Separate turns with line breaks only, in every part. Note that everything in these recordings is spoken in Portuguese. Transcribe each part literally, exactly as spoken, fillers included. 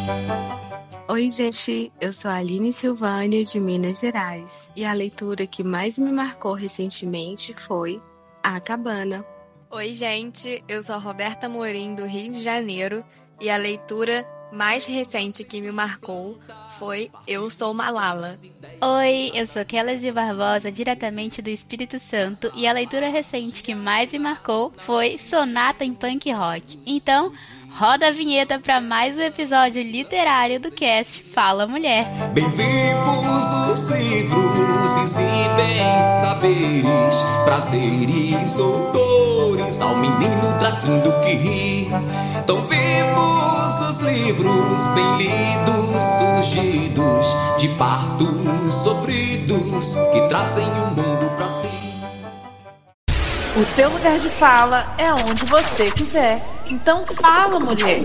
Oi, gente, eu sou a Aline Silvânia, de Minas Gerais, e a leitura que mais me marcou recentemente foi A Cabana.
Oi, gente, eu sou a Roberta Morim, do Rio de Janeiro, e a leitura mais recente que me marcou foi Eu Sou Malala.
Oi, eu sou Kelly Barbosa, diretamente do Espírito Santo, e a leitura recente que mais me marcou foi Sonata em Punk Rock. Então, roda a vinheta para mais um episódio literário do cast Fala Mulher.
Bem vivos os livros, exibem saberes, prazeres ou dores, ao menino tratando que ri. Tão vivos os livros, bem lidos, surgidos de partos sofridos, que trazem o mundo pra si.
O seu lugar de fala é onde você quiser. Então fala, mulher!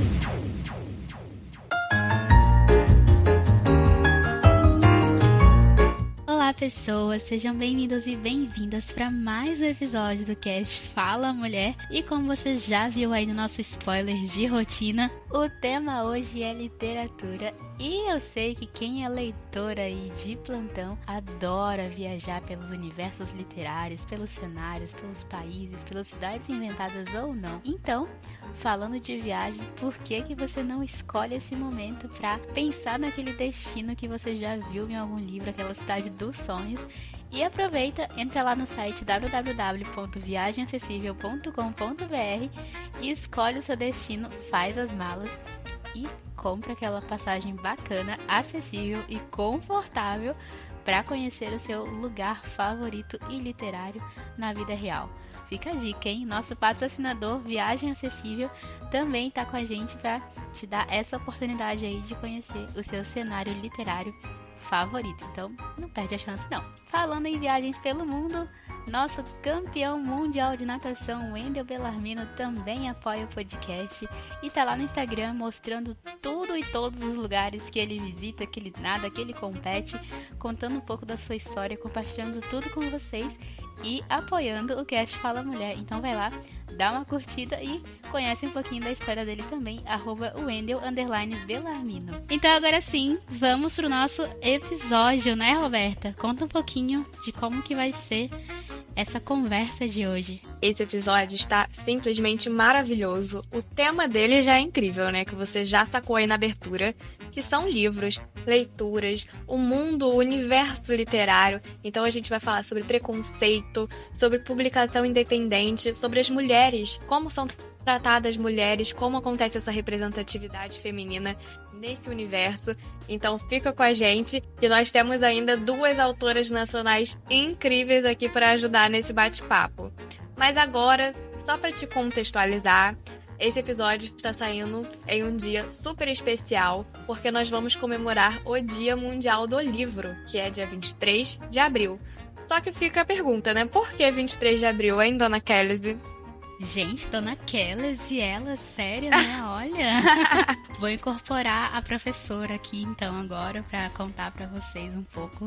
Olá, pessoas! Sejam bem-vindos e bem-vindas para mais um episódio do cast Fala Mulher. E como você já viu aí no nosso spoiler de rotina, o tema hoje é literatura. E eu sei que quem é leitor aí de plantão adora viajar pelos universos literários, pelos cenários, pelos países, pelas cidades inventadas ou não. Então, falando de viagem, por que que você não escolhe esse momento para pensar naquele destino que você já viu em algum livro, aquela cidade dos sonhos? E aproveita, entra lá no site w w w ponto viagem acessível ponto com ponto b r e escolhe o seu destino, faz as malas e compra aquela passagem bacana, acessível e confortável para conhecer o seu lugar favorito e literário na vida real. Fica a dica, hein? Nosso patrocinador Viagem Acessível também está com a gente para te dar essa oportunidade aí de conhecer o seu cenário literário favorito. Então, não perde a chance não. Falando em viagens pelo mundo, nosso campeão mundial de natação, Wendel Bellarmino, também apoia o podcast e tá lá no Instagram mostrando tudo e todos os lugares que ele visita, que ele nada, que ele compete, contando um pouco da sua história, compartilhando tudo com vocês e apoiando o cast Fala Mulher. Então vai lá, dá uma curtida e conhece um pouquinho da história dele também, arroba Wendel underline Bellarmino. Então agora sim, vamos pro nosso episódio, né, Roberta? Conta um pouquinho de como que vai ser essa conversa de hoje.
Esse episódio está simplesmente maravilhoso. O tema dele já é incrível, né? Que você já sacou aí na abertura, que são livros, leituras, o mundo, o universo literário. Então a gente vai falar sobre preconceito, sobre publicação independente, sobre as mulheres, como são tratadas mulheres, como acontece essa representatividade feminina nesse universo. Então fica com a gente, que nós temos ainda duas autoras nacionais incríveis aqui para ajudar nesse bate-papo. Mas agora, só para te contextualizar, esse episódio está saindo em um dia super especial, porque nós vamos comemorar o Dia Mundial do Livro, que é dia vinte e três de abril. Só que fica a pergunta, né? Por que vinte e três de abril, hein, dona Kelly?
Gente, Dona Kelly e ela, sério, né? Olha, vou incorporar a professora aqui então agora para contar para vocês um pouco.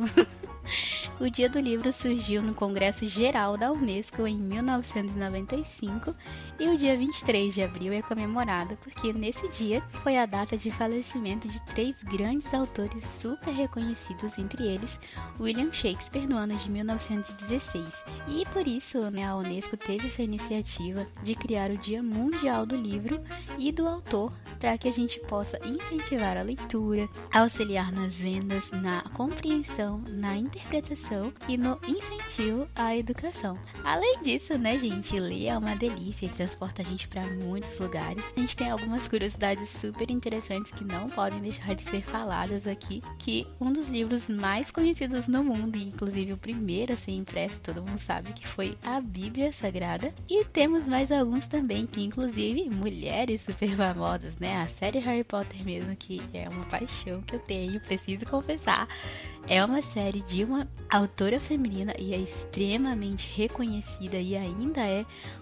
O Dia do Livro surgiu no Congresso Geral da Unesco em mil novecentos e noventa e cinco e o dia vinte e três de abril é comemorado porque nesse dia foi a data de falecimento de três grandes autores super reconhecidos, entre eles William Shakespeare no ano de mil novecentos e dezesseis. E por isso, né, a Unesco teve essa iniciativa de criar o Dia Mundial do Livro e do Autor para que a gente possa incentivar a leitura, auxiliar nas vendas, na compreensão, na interpretação e no incentivo à educação. Além disso, né, gente, ler é uma delícia e transporta a gente para muitos lugares. A gente tem algumas curiosidades super interessantes que não podem deixar de ser faladas aqui, que um dos livros mais conhecidos no mundo, e inclusive o primeiro a ser impresso, todo mundo sabe que foi a Bíblia Sagrada. E temos mais alguns também, que inclusive mulheres super famosas, né? A série Harry Potter mesmo, que é uma paixão que eu tenho, preciso confessar. É uma série de uma autora feminina e é extremamente reconhecida e ainda é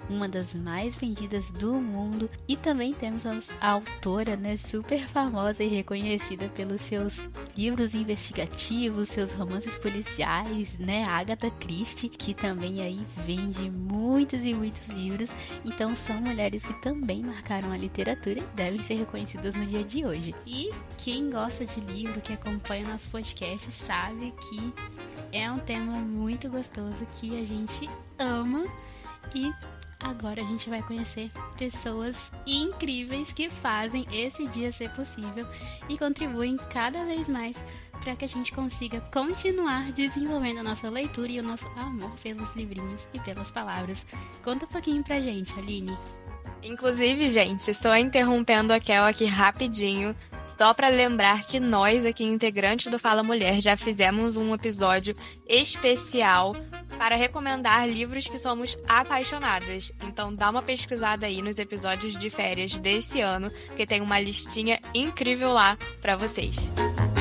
uma das mais vendidas do mundo. E também temos a autora, né, super famosa e reconhecida pelos seus livros investigativos, seus romances policiais, né, Agatha Christie, que também aí vende muitos e muitos livros. Então são mulheres que também marcaram a literatura e devem ser reconhecidas no dia de hoje. E quem gosta de livro, que acompanha nosso podcast, sabe que é um tema muito gostoso que a gente ama. E agora a gente vai conhecer pessoas incríveis que fazem esse dia ser possível e contribuem cada vez mais para que a gente consiga continuar desenvolvendo a nossa leitura e o nosso amor pelos livrinhos e pelas palavras. Conta um pouquinho pra gente, Aline.
Inclusive, gente, estou interrompendo a Kel aqui rapidinho, só para lembrar que nós, aqui integrantes do Fala Mulher, já fizemos um episódio especial para recomendar livros que somos apaixonadas. Então dá uma pesquisada aí nos episódios de férias desse ano, que tem uma listinha incrível lá para vocês.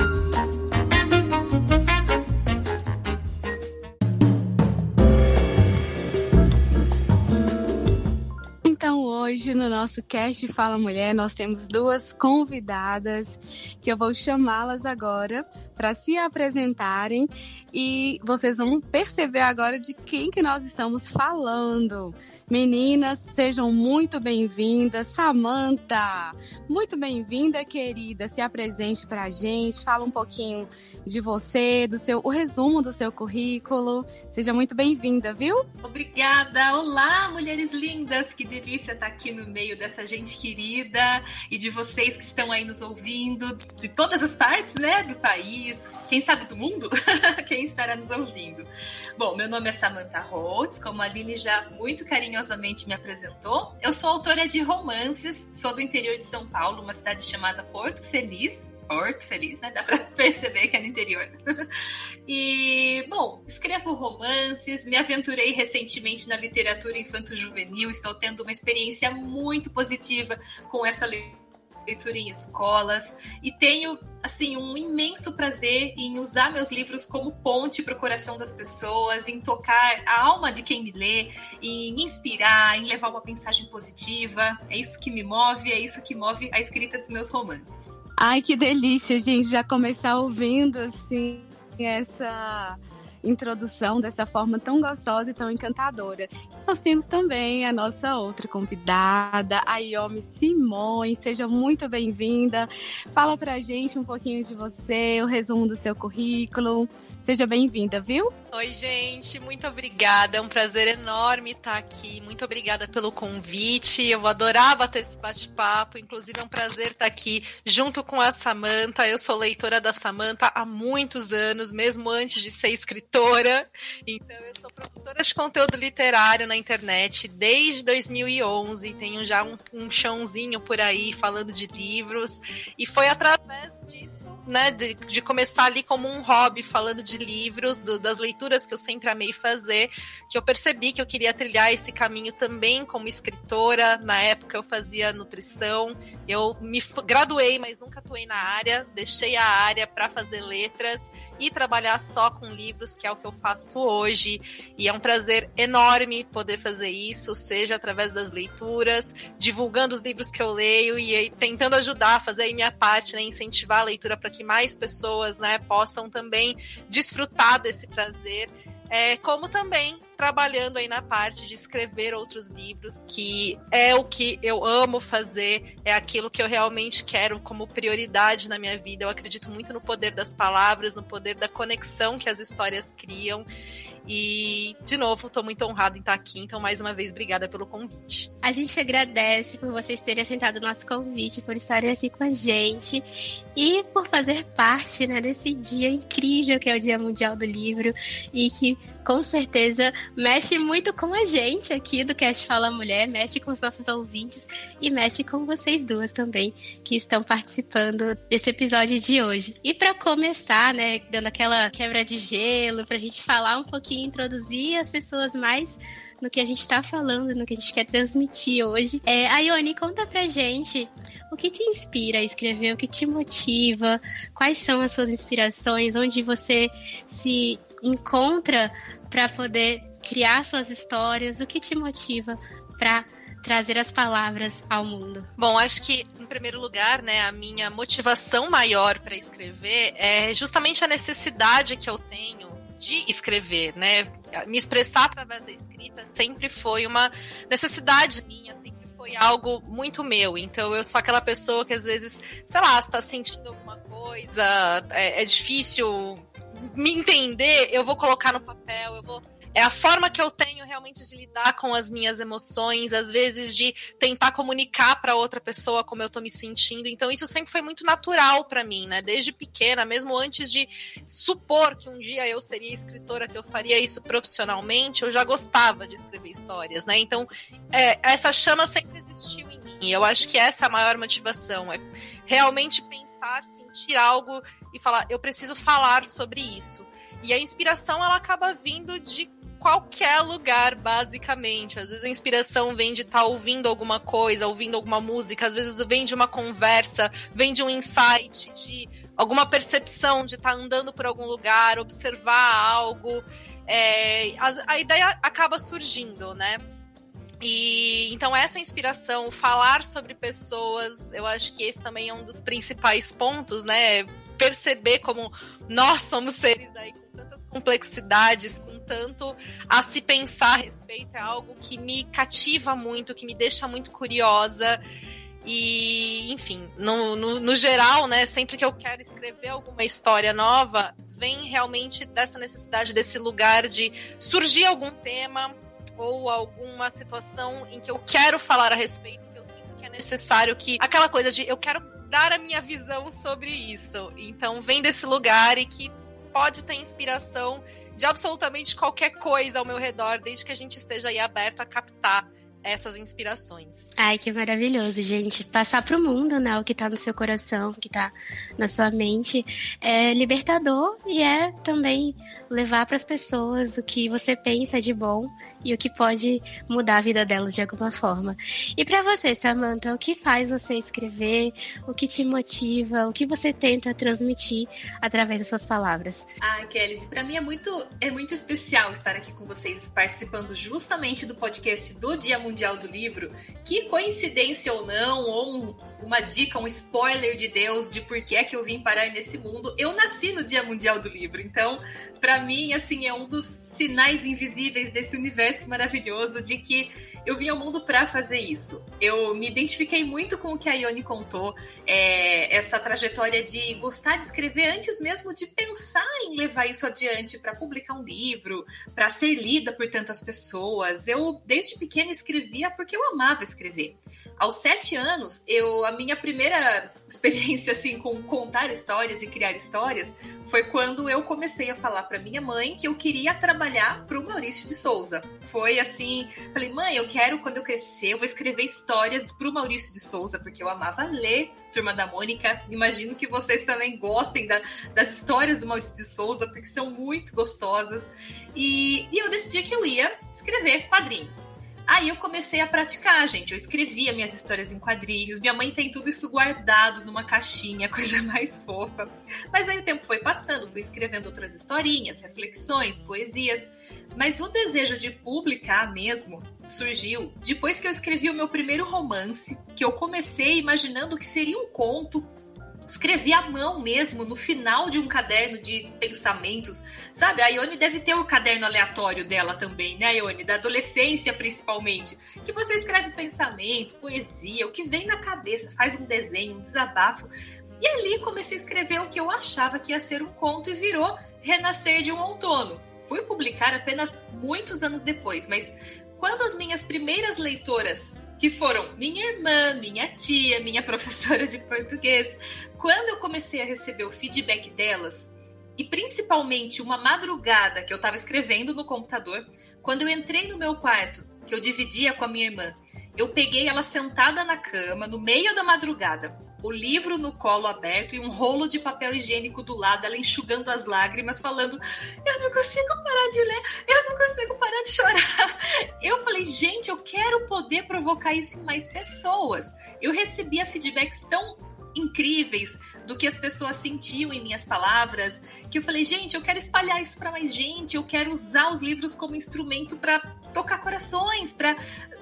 Então hoje no nosso cast Fala Mulher nós temos duas convidadas que eu vou chamá-las agora para se apresentarem e vocês vão perceber agora de quem que nós estamos falando. Meninas, sejam muito bem-vindas. Samantha, muito bem-vinda, querida. Se apresente pra gente, fala um pouquinho de você, do seu, o resumo do seu currículo. Seja muito bem-vinda, viu?
Obrigada. Olá, mulheres lindas. Que delícia estar aqui no meio dessa gente querida e de vocês que estão aí nos ouvindo de todas as partes, né, do país. Quem sabe do mundo? Quem estará nos ouvindo? Bom, meu nome é Samantha Holtz, como a Aline já muito carinhosamente me apresentou. Eu sou autora de romances, sou do interior de São Paulo, uma cidade chamada Porto Feliz. Porto Feliz, né? Dá pra perceber que é no interior. E, bom, escrevo romances, me aventurei recentemente na literatura infanto-juvenil, estou tendo uma experiência muito positiva com essa leitura em escolas e tenho, assim, um imenso prazer em usar meus livros como ponte para o coração das pessoas, em tocar a alma de quem me lê, em inspirar, em levar uma mensagem positiva. É isso que me move, é isso que move a escrita dos meus romances.
Ai, que delícia, gente, já começar ouvindo, assim, essa introdução dessa forma tão gostosa e tão encantadora. Nós temos também a nossa outra convidada, a Yomi Simões. Seja muito bem-vinda. Fala pra gente um pouquinho de você, o resumo do seu currículo. Seja bem-vinda, viu?
Oi, gente, muito obrigada. É um prazer enorme estar aqui. Muito obrigada pelo convite. Eu vou adorar bater esse bate-papo. Inclusive, é um prazer estar aqui junto com a Samantha. Eu sou leitora da Samantha há muitos anos, mesmo antes de ser escritora. Então, eu sou produtora de conteúdo literário na internet desde dois mil e onze. Tenho já um, um chãozinho por aí falando de livros. E foi através disso, né, de, de começar ali como um hobby, falando de livros, do, das leituras que eu sempre amei fazer, que eu percebi que eu queria trilhar esse caminho também como escritora. Na época eu fazia nutrição, eu me graduei, mas nunca atuei na área, deixei a área para fazer letras e trabalhar só com livros, que é o que eu faço hoje, e é um prazer enorme poder fazer isso, seja através das leituras, divulgando os livros que eu leio e aí, tentando ajudar a fazer aí minha parte, né, incentivar a leitura para que mais pessoas, né, possam também desfrutar desse prazer, é, como também trabalhando aí na parte de escrever outros livros, que é o que eu amo fazer, é aquilo que eu realmente quero como prioridade na minha vida. Eu acredito muito no poder das palavras, no poder da conexão que as histórias criam. E, de novo, estou muito honrada em estar aqui, então, mais uma vez, obrigada pelo convite.
A gente agradece por vocês terem aceitado o nosso convite, por estarem aqui com a gente e por fazer parte, né, desse dia incrível que é o Dia Mundial do Livro e que, com certeza, mexe muito com a gente aqui do Cast Fala Mulher, mexe com os nossos ouvintes e mexe com vocês duas também, que estão participando desse episódio de hoje. E para começar, né, dando aquela quebra de gelo, pra gente falar um pouquinho, introduzir as pessoas mais no que a gente tá falando, no que a gente quer transmitir hoje. É, a Ione, conta pra gente o que te inspira a escrever, o que te motiva, quais são as suas inspirações, onde você se encontra para poder criar suas histórias, o que te motiva para trazer as palavras ao mundo?
Bom, acho que, em primeiro lugar, né, a minha motivação maior para escrever é justamente a necessidade que eu tenho de escrever, né? Me expressar através da escrita sempre foi uma necessidade minha, sempre foi algo muito meu. Então, eu sou aquela pessoa que, às vezes, sei lá, está sentindo alguma coisa, é, é difícil me entender, eu vou colocar no papel, eu vou... É a forma que eu tenho realmente de lidar com as minhas emoções, às vezes de tentar comunicar para outra pessoa como eu tô me sentindo. Então isso sempre foi muito natural para mim, né? Desde pequena, mesmo antes de supor que um dia eu seria escritora, que eu faria isso profissionalmente, eu já gostava de escrever histórias, né? Então é, essa chama sempre existiu em mim. E eu acho que essa é a maior motivação, é realmente pensar, sentir algo e falar, eu preciso falar sobre isso. E a inspiração, ela acaba vindo de qualquer lugar, basicamente. Às vezes a inspiração vem de estar tá ouvindo alguma coisa, ouvindo alguma música, às vezes vem de uma conversa, vem de um insight, de alguma percepção, de estar tá andando por algum lugar, observar algo. É, a, a ideia acaba surgindo, né? E então essa inspiração, falar sobre pessoas, eu acho que esse também é um dos principais pontos, né? Perceber como nós somos seres aí com tantas complexidades, com tanto a se pensar a respeito, é algo que me cativa muito, que me deixa muito curiosa. E, enfim, no, no, no geral, né, sempre que eu quero escrever alguma história nova, vem realmente dessa necessidade, desse lugar de surgir algum tema ou alguma situação em que eu quero falar a respeito, que eu sinto que é necessário, que aquela coisa de eu quero dar a minha visão sobre isso. Então vem desse lugar e que pode ter inspiração de absolutamente qualquer coisa ao meu redor, desde que a gente esteja aí aberto a captar essas inspirações.
Ai, que maravilhoso, gente. Passar pro mundo, né, o que tá no seu coração, o que tá na sua mente, é libertador e é também levar para as pessoas o que você pensa de bom e o que pode mudar a vida delas de alguma forma. E para você, Samantha, o que faz você escrever? O que te motiva? O que você tenta transmitir através das suas palavras?
Ah, Kelly, para mim é muito, é muito especial estar aqui com vocês, participando justamente do podcast do Dia Mundial do Livro. Que coincidência ou não, ou um, uma dica, um spoiler de Deus de por que é que eu vim parar nesse mundo. Eu nasci no Dia Mundial do Livro, então, para mim, assim, é um dos sinais invisíveis desse universo maravilhoso de que eu vim ao mundo para fazer isso. Eu me identifiquei muito com o que a Ione contou, é, essa trajetória de gostar de escrever antes mesmo de pensar em levar isso adiante para publicar um livro, para ser lida por tantas pessoas. Eu, desde pequena, escrevia porque eu amava escrever. Aos sete anos, eu, a minha primeira experiência assim, com contar histórias e criar histórias foi quando eu comecei a falar para minha mãe que eu queria trabalhar para o Maurício de Souza. Foi assim, falei, mãe, eu quero, quando eu crescer, eu vou escrever histórias para o Maurício de Souza, porque eu amava ler Turma da Mônica. Imagino que vocês também gostem da, das histórias do Maurício de Souza, porque são muito gostosas. E, e eu decidi que eu ia escrever quadrinhos. Aí eu comecei a praticar, gente. Eu escrevia minhas histórias em quadrinhos. Minha mãe tem tudo isso guardado numa caixinha, coisa mais fofa. Mas aí o tempo foi passando, fui escrevendo outras historinhas, reflexões, poesias. Mas o desejo de publicar mesmo surgiu depois que eu escrevi o meu primeiro romance, que eu comecei imaginando que seria um conto. Escrevi à mão mesmo, no final de um caderno de pensamentos, sabe? A Ione deve ter o caderno aleatório dela também, né, Ione? Da adolescência, principalmente. Que você escreve pensamento, poesia, o que vem na cabeça, faz um desenho, um desabafo. E ali comecei a escrever o que eu achava que ia ser um conto e virou Renascer de um Outono. Fui publicar apenas muitos anos depois, mas quando as minhas primeiras leitoras, que foram minha irmã, minha tia, minha professora de português, quando eu comecei a receber o feedback delas, e principalmente uma madrugada que eu estava escrevendo no computador, quando eu entrei no meu quarto, que eu dividia com a minha irmã, eu peguei ela sentada na cama, no meio da madrugada, o livro no colo aberto e um rolo de papel higiênico do lado, ela enxugando as lágrimas, falando, eu não consigo parar de ler, eu não consigo parar de chorar. Eu falei, gente, eu quero poder provocar isso em mais pessoas. Eu recebia feedbacks tão incríveis do que as pessoas sentiam em minhas palavras, que eu falei, gente, eu quero espalhar isso para mais gente, eu quero usar os livros como instrumento para tocar corações, para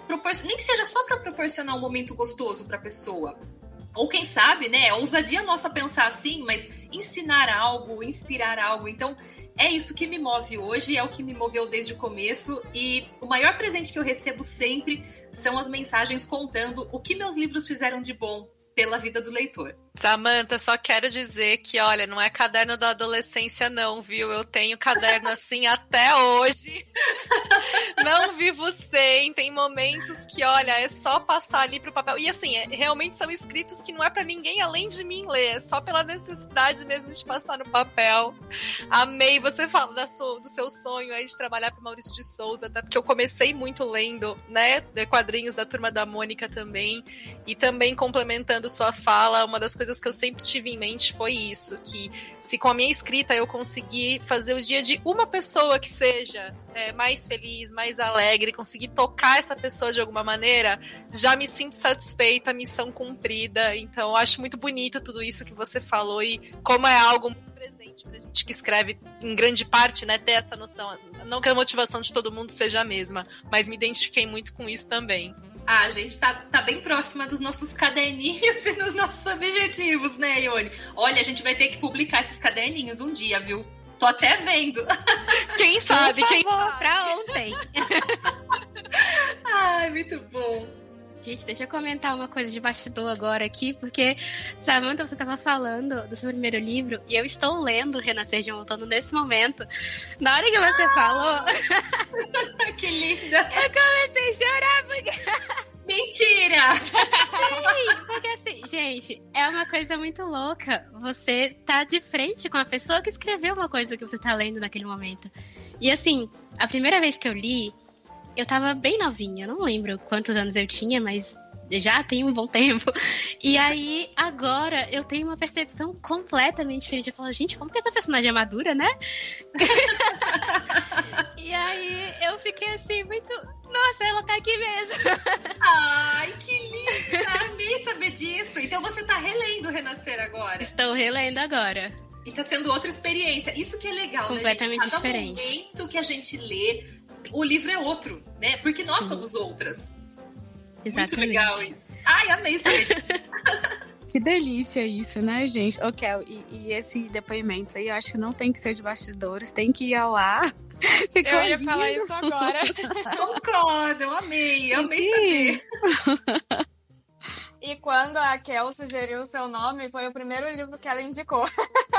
propor... nem que seja só para proporcionar um momento gostoso para a pessoa. Ou quem sabe, né, é ousadia nossa pensar assim, mas ensinar algo, inspirar algo. Então, é isso que me move hoje, é o que me moveu desde o começo. E o maior presente que eu recebo sempre são as mensagens contando o que meus livros fizeram de bom pela vida do leitor.
Samantha, só quero dizer que, olha, não é caderno da adolescência não, viu? Eu tenho caderno assim até hoje. Não vivo sem, tem momentos que, olha, é só passar ali pro papel. E assim, é, realmente são escritos que não é pra ninguém além de mim ler, é só pela necessidade mesmo de passar no papel. Amei, você fala da sua, do seu sonho aí de trabalhar pro Maurício de Souza, até porque eu comecei muito lendo, né, quadrinhos da Turma da Mônica também, e também complementando sua fala, uma das coisas que eu sempre tive em mente foi isso, que se com a minha escrita eu conseguir fazer o dia de uma pessoa que seja é, mais feliz, mais alegre, conseguir tocar essa pessoa de alguma maneira, já me sinto satisfeita, missão cumprida. Então eu acho muito bonito tudo isso que você falou e como é algo muito presente pra gente que escreve em grande parte, né, ter essa noção, não que a motivação de todo mundo seja a mesma, mas me identifiquei muito com isso também.
Ah, a gente tá, tá bem próxima dos nossos caderninhos e dos nossos objetivos, né, Ione? Olha, a gente vai ter que publicar esses caderninhos um dia, viu? Tô até vendo.
Quem sabe?
Por
Quem
favor,
sabe?
pra ontem.
Ai, muito bom.
Gente, deixa eu comentar uma coisa de bastidor agora aqui, porque, Samantha, você estava falando do seu primeiro livro, e eu estou lendo Renascer de um Outono nesse momento. Na hora que você ah! falou...
Que linda!
Eu comecei a chorar, porque...
Mentira!
Sim, porque assim, gente, é uma coisa muito louca. Você tá de frente com a pessoa que escreveu uma coisa que você tá lendo naquele momento. E assim, a primeira vez que eu li, eu tava bem novinha, eu não lembro quantos anos eu tinha, mas já tem um bom tempo. E aí, agora, eu tenho uma percepção completamente diferente. Eu falo, gente, como que essa personagem é madura, né? E aí, eu fiquei assim, muito... Nossa, ela tá aqui mesmo.
Ai, que linda! Amei saber disso. Então você tá relendo Renascer agora?
Estou relendo agora.
E tá sendo outra experiência. Isso que é legal,
completamente
né, gente? Cada
diferente.
momento que a gente lê, o livro é outro, né? Porque nós
Sim.
somos outras.
Exatamente.
Muito legal isso. Ai, amei saber.
Que delícia isso, né, gente? Ô, Kel, e, e esse depoimento aí, eu acho que não tem que ser de bastidores, tem que ir ao ar. Ficou
eu ia
lindo.
falar isso agora.
Concordo, eu amei, eu amei saber.
E quando a Kel sugeriu o seu nome, foi o primeiro livro que ela indicou.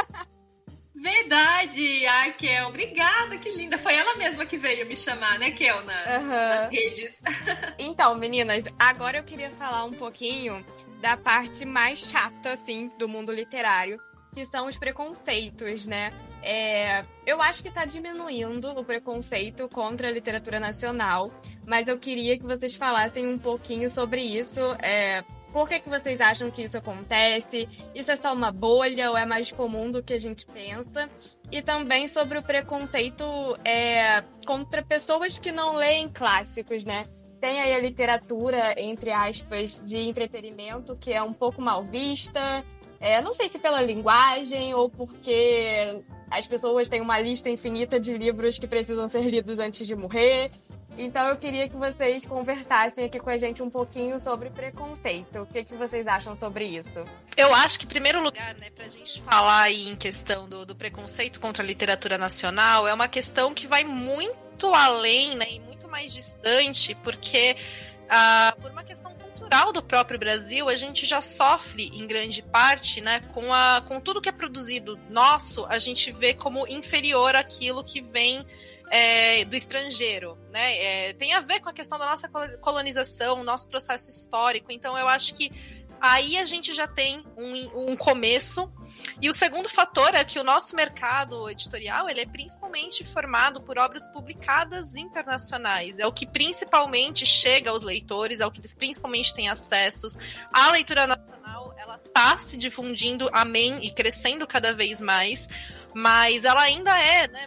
Verdade! Ai, Kel, obrigada, que linda. Foi ela mesma que veio me chamar, né, Kel, na,
uhum.
nas redes.
Então, meninas, agora eu queria falar um pouquinho da parte mais chata, assim, do mundo literário, que são os preconceitos, né? É, eu acho que tá diminuindo o preconceito contra a literatura nacional, mas eu queria que vocês falassem um pouquinho sobre isso. É, por que, que vocês acham que isso acontece? Isso é só uma bolha ou é mais comum do que a gente pensa? E também sobre o preconceito é, contra pessoas que não leem clássicos, né? Tem aí a literatura, entre aspas, de entretenimento, que é um pouco mal vista. É, não sei se pela linguagem ou porque as pessoas têm uma lista infinita de livros que precisam ser lidos antes de morrer. Então eu queria que vocês conversassem aqui com a gente um pouquinho sobre preconceito. O que, que vocês acham sobre isso?
Eu acho que, em primeiro lugar, né, pra gente falar aí em questão do, do preconceito contra a literatura nacional, é uma questão que vai muito além, né, e muito mais distante, porque ah, por uma questão cultural do próprio Brasil, a gente já sofre, em grande parte, né, com, a, com tudo que é produzido nosso, a gente vê como inferior àquilo que vem É, do estrangeiro, né? É, tem a ver com a questão da nossa colonização, nosso processo histórico. Então eu acho que aí a gente já tem um, um começo. E o segundo fator é que o nosso mercado editorial, ele é principalmente formado por obras publicadas internacionais. É o que principalmente chega aos leitores, é o que eles principalmente têm acessos. A leitura nacional, ela está se difundindo, amém, e crescendo cada vez mais, mas ela ainda é, né, muito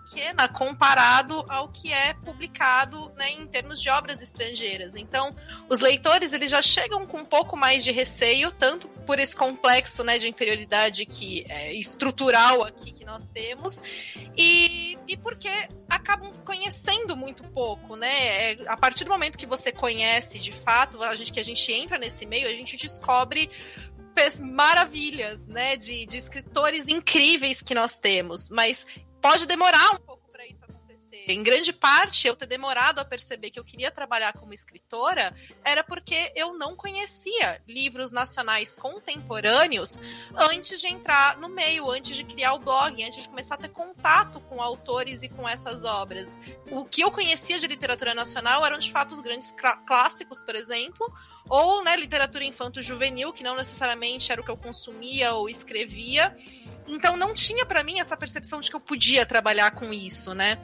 pequena comparado ao que é publicado, né, em termos de obras estrangeiras. Então, os leitores eles já chegam com um pouco mais de receio, tanto por esse complexo, né, de inferioridade que é estrutural aqui que nós temos, e, e porque acabam conhecendo muito pouco, né? É, a partir do momento que você conhece, de fato, a gente, que a gente entra nesse meio, a gente descobre maravilhas, né, de, de escritores incríveis que nós temos, mas pode demorar um pouco para isso acontecer. Em grande parte, eu ter demorado a perceber que eu queria trabalhar como escritora era porque eu não conhecia livros nacionais contemporâneos antes de entrar no meio, antes de criar o blog, antes de começar a ter contato com autores e com essas obras. O que eu conhecia de literatura nacional eram, de fato, os grandes clássicos, por exemplo, ou, né, literatura infanto-juvenil, que não necessariamente era o que eu consumia ou escrevia. Então não tinha para mim essa percepção de que eu podia trabalhar com isso, né?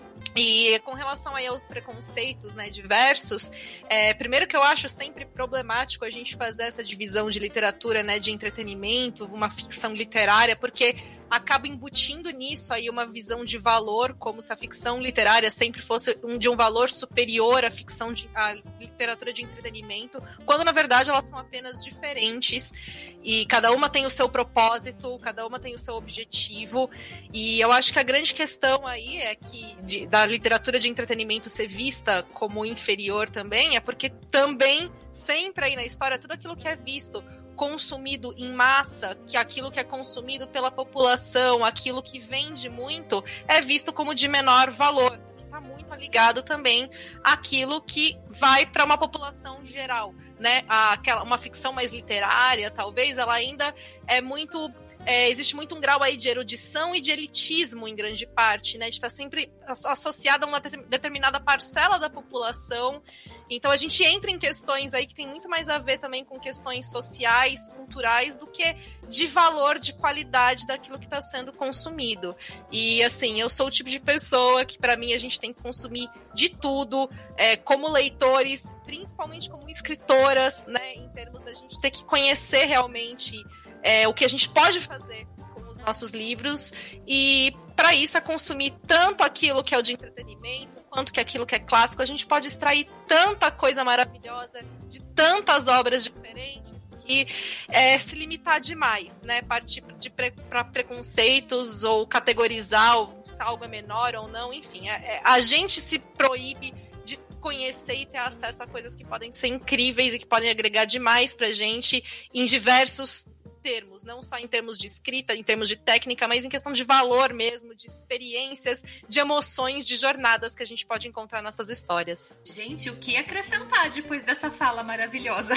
E com relação aí aos preconceitos, né, diversos, é, primeiro que eu acho sempre problemático a gente fazer essa divisão de literatura, né, de entretenimento, uma ficção literária, porque acaba embutindo nisso aí uma visão de valor, como se a ficção literária sempre fosse um, de um valor superior à ficção de, à literatura de entretenimento, quando na verdade elas são apenas diferentes e cada uma tem o seu propósito, cada uma tem o seu objetivo, e eu acho que a grande questão aí é que de, da literatura de entretenimento ser vista como inferior também, é porque também sempre aí na história tudo aquilo que é visto consumido em massa, que aquilo que é consumido pela população, aquilo que vende muito, é visto como de menor valor, que está muito ligado também àquilo que vai para uma população geral, né? Aquela, uma ficção mais literária, talvez, ela ainda é muito... É, existe muito um grau aí de erudição e de elitismo em grande parte, né? De estar sempre associada a uma determinada parcela da população. Então a gente entra em questões aí que tem muito mais a ver também com questões sociais, culturais, do que de valor, de qualidade daquilo que está sendo consumido. E assim, eu sou o tipo de pessoa que, para mim, a gente tem que consumir de tudo, é, como leitores, principalmente como escritoras, né? Em termos da gente ter que conhecer realmente É, o que a gente pode fazer com os nossos livros, e para isso é consumir tanto aquilo que é o de entretenimento quanto que aquilo que é clássico. A gente pode extrair tanta coisa maravilhosa de tantas obras diferentes que é, se limitar demais, né? Partir de pre, para preconceitos ou categorizar se algo é menor ou não, enfim, é, é, a gente se proíbe de conhecer e ter acesso a coisas que podem ser incríveis e que podem agregar demais pra gente em diversos termos, não só em termos de escrita, em termos de técnica, mas em questão de valor mesmo, de experiências, de emoções, de jornadas que a gente pode encontrar nessas histórias.
Gente, o que acrescentar depois dessa fala maravilhosa?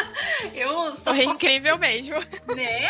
Eu sou
Foi incrível mesmo.
Né?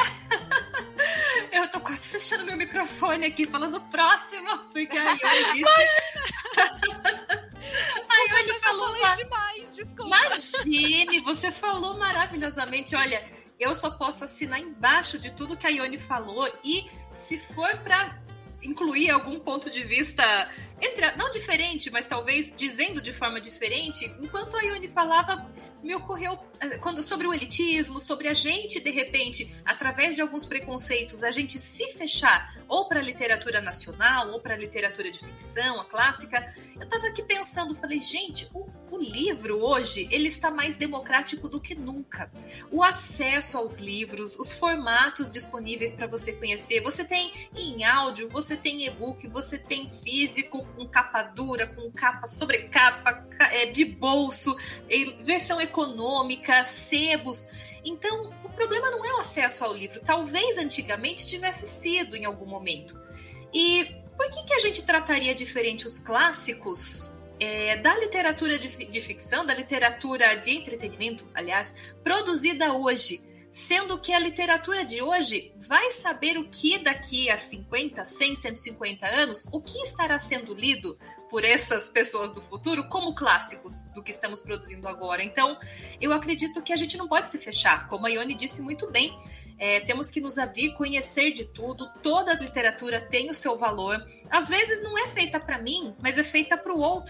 Eu tô quase fechando meu microfone aqui, falando próximo, porque aí eu disse...
Desculpa, Aí eu falou falei uma... demais, desculpa.
Imagine, você falou maravilhosamente, olha... Eu só posso assinar embaixo de tudo que a Ione falou, e se for para incluir algum ponto de vista, entre, não diferente, mas talvez dizendo de forma diferente, enquanto a Ione falava, me ocorreu quando, sobre o elitismo, sobre a gente, de repente, através de alguns preconceitos, a gente se fechar ou para a literatura nacional, ou para a literatura de ficção, a clássica. Eu estava aqui pensando, falei, gente, o, o livro hoje, ele está mais democrático do que nunca. O acesso aos livros, os formatos disponíveis para você conhecer, você tem em áudio, você tem e-book, você tem físico, com capa dura, com capa sobre capa, de bolso, versão econômica, sebos. Então, o problema não é o acesso ao livro. Talvez antigamente tivesse sido em algum momento. E por que, que a gente trataria diferente os clássicos é, da literatura de, de ficção, da literatura de entretenimento, aliás, produzida hoje? Sendo que a literatura de hoje vai saber o que daqui a cinquenta, cem, cento e cinquenta anos, o que estará sendo lido por essas pessoas do futuro como clássicos do que estamos produzindo agora. Então, eu acredito que a gente não pode se fechar. Como a Ione disse muito bem, é, temos que nos abrir, conhecer de tudo. Toda a literatura tem o seu valor. Às vezes não é feita para mim, mas é feita para o outro.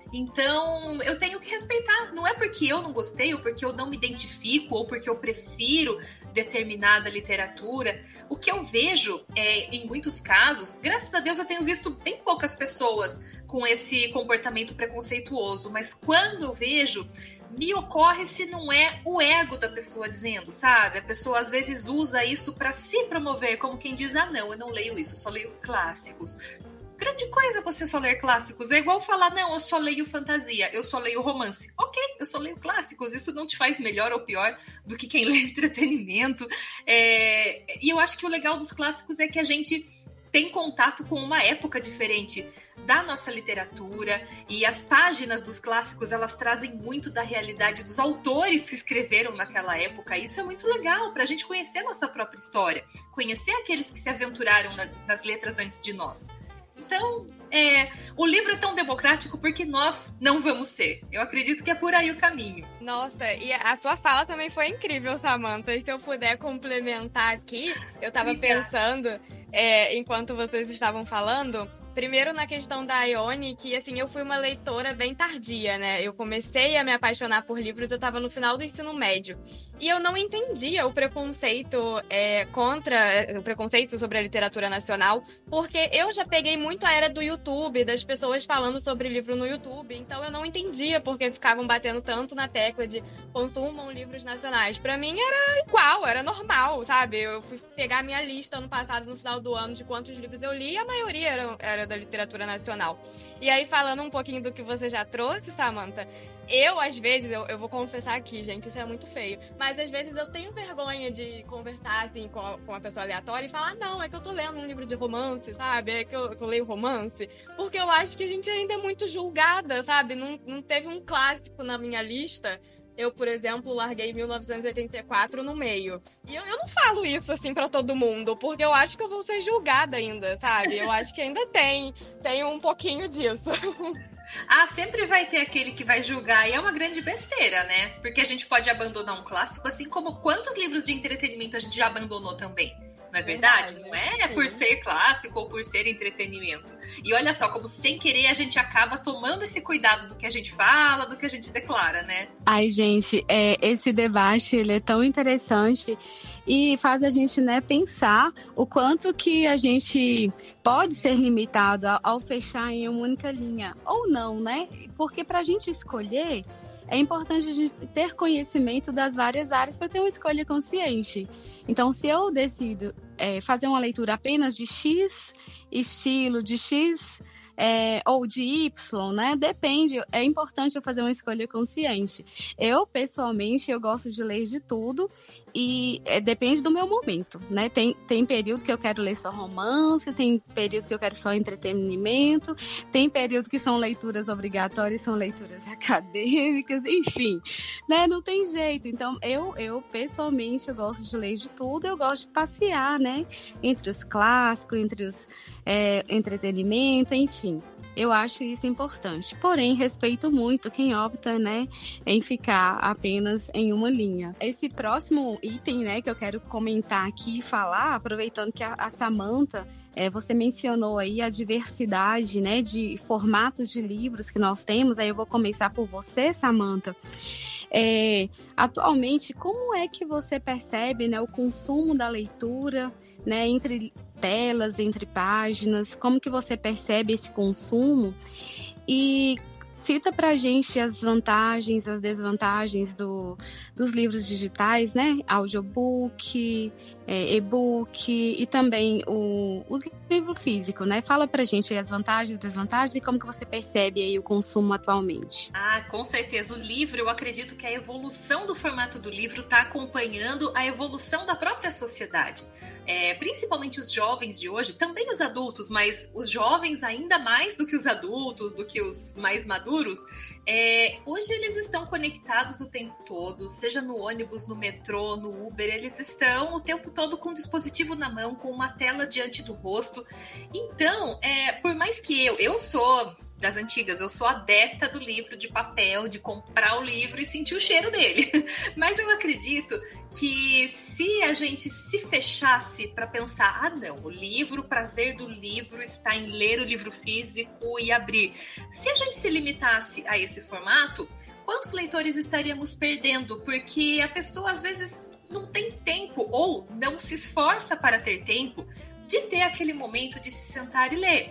Então, eu tenho que respeitar. Não é porque eu não gostei, ou porque eu não me identifico, ou porque eu prefiro determinada literatura. O que eu vejo, é, em muitos casos, graças a Deus eu tenho visto bem poucas pessoas com esse comportamento preconceituoso, mas quando eu vejo, me ocorre se não é o ego da pessoa dizendo, sabe? A pessoa às vezes usa isso para se promover, como quem diz, ah não, eu não leio isso, eu só leio clássicos. Grande coisa você só ler clássicos. É igual falar, não, eu só leio fantasia, eu só leio romance. Ok, eu só leio clássicos. Isso não te faz melhor ou pior do que quem lê entretenimento. É... E eu acho que o legal dos clássicos é que a gente tem contato com uma época diferente da nossa literatura, e as páginas dos clássicos, elas trazem muito da realidade dos autores que escreveram naquela época. Isso é muito legal para a gente conhecer a nossa própria história, conhecer aqueles que se aventuraram na, nas letras antes de nós. Então, é, o livro é tão democrático porque nós não vamos ser. Eu acredito que é por aí o caminho.
Nossa, e a sua fala também foi incrível, Samantha. E se eu puder complementar aqui, eu tava Obrigada. pensando, é, enquanto vocês estavam falando, primeiro na questão da Ione, que assim, eu fui uma leitora bem tardia, né? Eu comecei a me apaixonar por livros, eu tava no final do ensino médio. E eu não entendia o preconceito é, contra, o preconceito sobre a literatura nacional, porque eu já peguei muito a era do YouTube, das pessoas falando sobre livro no YouTube, então eu não entendia porque ficavam batendo tanto na tecla de consumam livros nacionais. Pra mim era igual, era normal, sabe? Eu fui pegar a minha lista ano passado, no final do ano, de quantos livros eu li, e a maioria era, era da literatura nacional. E aí, falando um pouquinho do que você já trouxe, Samantha, eu, às vezes, eu, eu vou confessar aqui, gente, isso é muito feio, mas às vezes eu tenho vergonha de conversar, assim, com, a, com uma pessoa aleatória e falar, não, é que eu tô lendo um livro de romance, sabe? É que eu, que eu leio romance, porque eu acho que a gente ainda é muito julgada, sabe? Não, não teve um clássico na minha lista. Eu, por exemplo, larguei mil novecentos e oitenta e quatro no meio. E eu, eu não falo isso, assim, pra todo mundo, porque eu acho que eu vou ser julgada ainda, sabe? Eu acho que ainda tem, tem um pouquinho disso.
Ah, sempre vai ter aquele que vai julgar, e é uma grande besteira, né? Porque a gente pode abandonar um clássico, assim como quantos livros de entretenimento a gente já abandonou também. Não é verdade? verdade? Não é Sim. por ser clássico ou por ser entretenimento. E olha só, como sem querer a gente acaba tomando esse cuidado do que a gente fala, do que a gente declara, né?
Ai, gente, é, esse debate ele é tão interessante e faz a gente, né, pensar o quanto que a gente pode ser limitado ao, ao fechar em uma única linha. Ou não, né? Porque pra gente escolher, é importante a gente ter conhecimento das várias áreas para ter uma escolha consciente. Então, se eu decido é, fazer uma leitura apenas de X estilo, de X é, ou de Y, né? Depende, é importante eu fazer uma escolha consciente. Eu, pessoalmente, eu gosto de ler de tudo e é, depende do meu momento, né? Tem, tem período que eu quero ler só romance, tem período que eu quero só entretenimento, tem período que são leituras obrigatórias, são leituras acadêmicas, enfim, né? Não tem jeito. Então, eu, eu pessoalmente, eu gosto de ler de tudo, eu gosto de passear, né? Entre os clássicos, entre os é, entretenimento, enfim. Eu acho isso importante. Porém, respeito muito quem opta, né, em ficar apenas em uma linha. Esse próximo item, né, que eu quero comentar aqui e falar, aproveitando que a, a Samantha, é, você mencionou aí a diversidade, né, de formatos de livros que nós temos. Aí eu vou começar por você, Samantha. É, atualmente, como é que você percebe, né, o consumo da leitura, né, entre telas, entre páginas, como que você percebe esse consumo? E cita pra gente as vantagens, as desvantagens do, dos livros digitais, né? Audiobook, é, e-book e também o, o livro físico, né? Fala pra gente as vantagens e desvantagens e como que você percebe aí o consumo atualmente.
Ah, com certeza. O livro, eu acredito que a evolução do formato do livro está acompanhando a evolução da própria sociedade. É, principalmente os jovens de hoje, também os adultos, mas os jovens ainda mais do que os adultos, do que os mais maduros, é, hoje eles estão conectados o tempo todo, seja no ônibus, no metrô, no Uber, eles estão o tempo todo com um dispositivo na mão, com uma tela diante do rosto. Então, é, por mais que eu, eu sou das antigas, eu sou adepta do livro de papel, de comprar o livro e sentir o cheiro dele. Mas eu acredito que se a gente se fechasse para pensar, ah não, o livro, o prazer do livro está em ler o livro físico e abrir. Se a gente se limitasse a esse formato, quantos leitores estaríamos perdendo? Porque a pessoa às vezes não tem tempo ou não se esforça para ter tempo de ter aquele momento de se sentar e ler.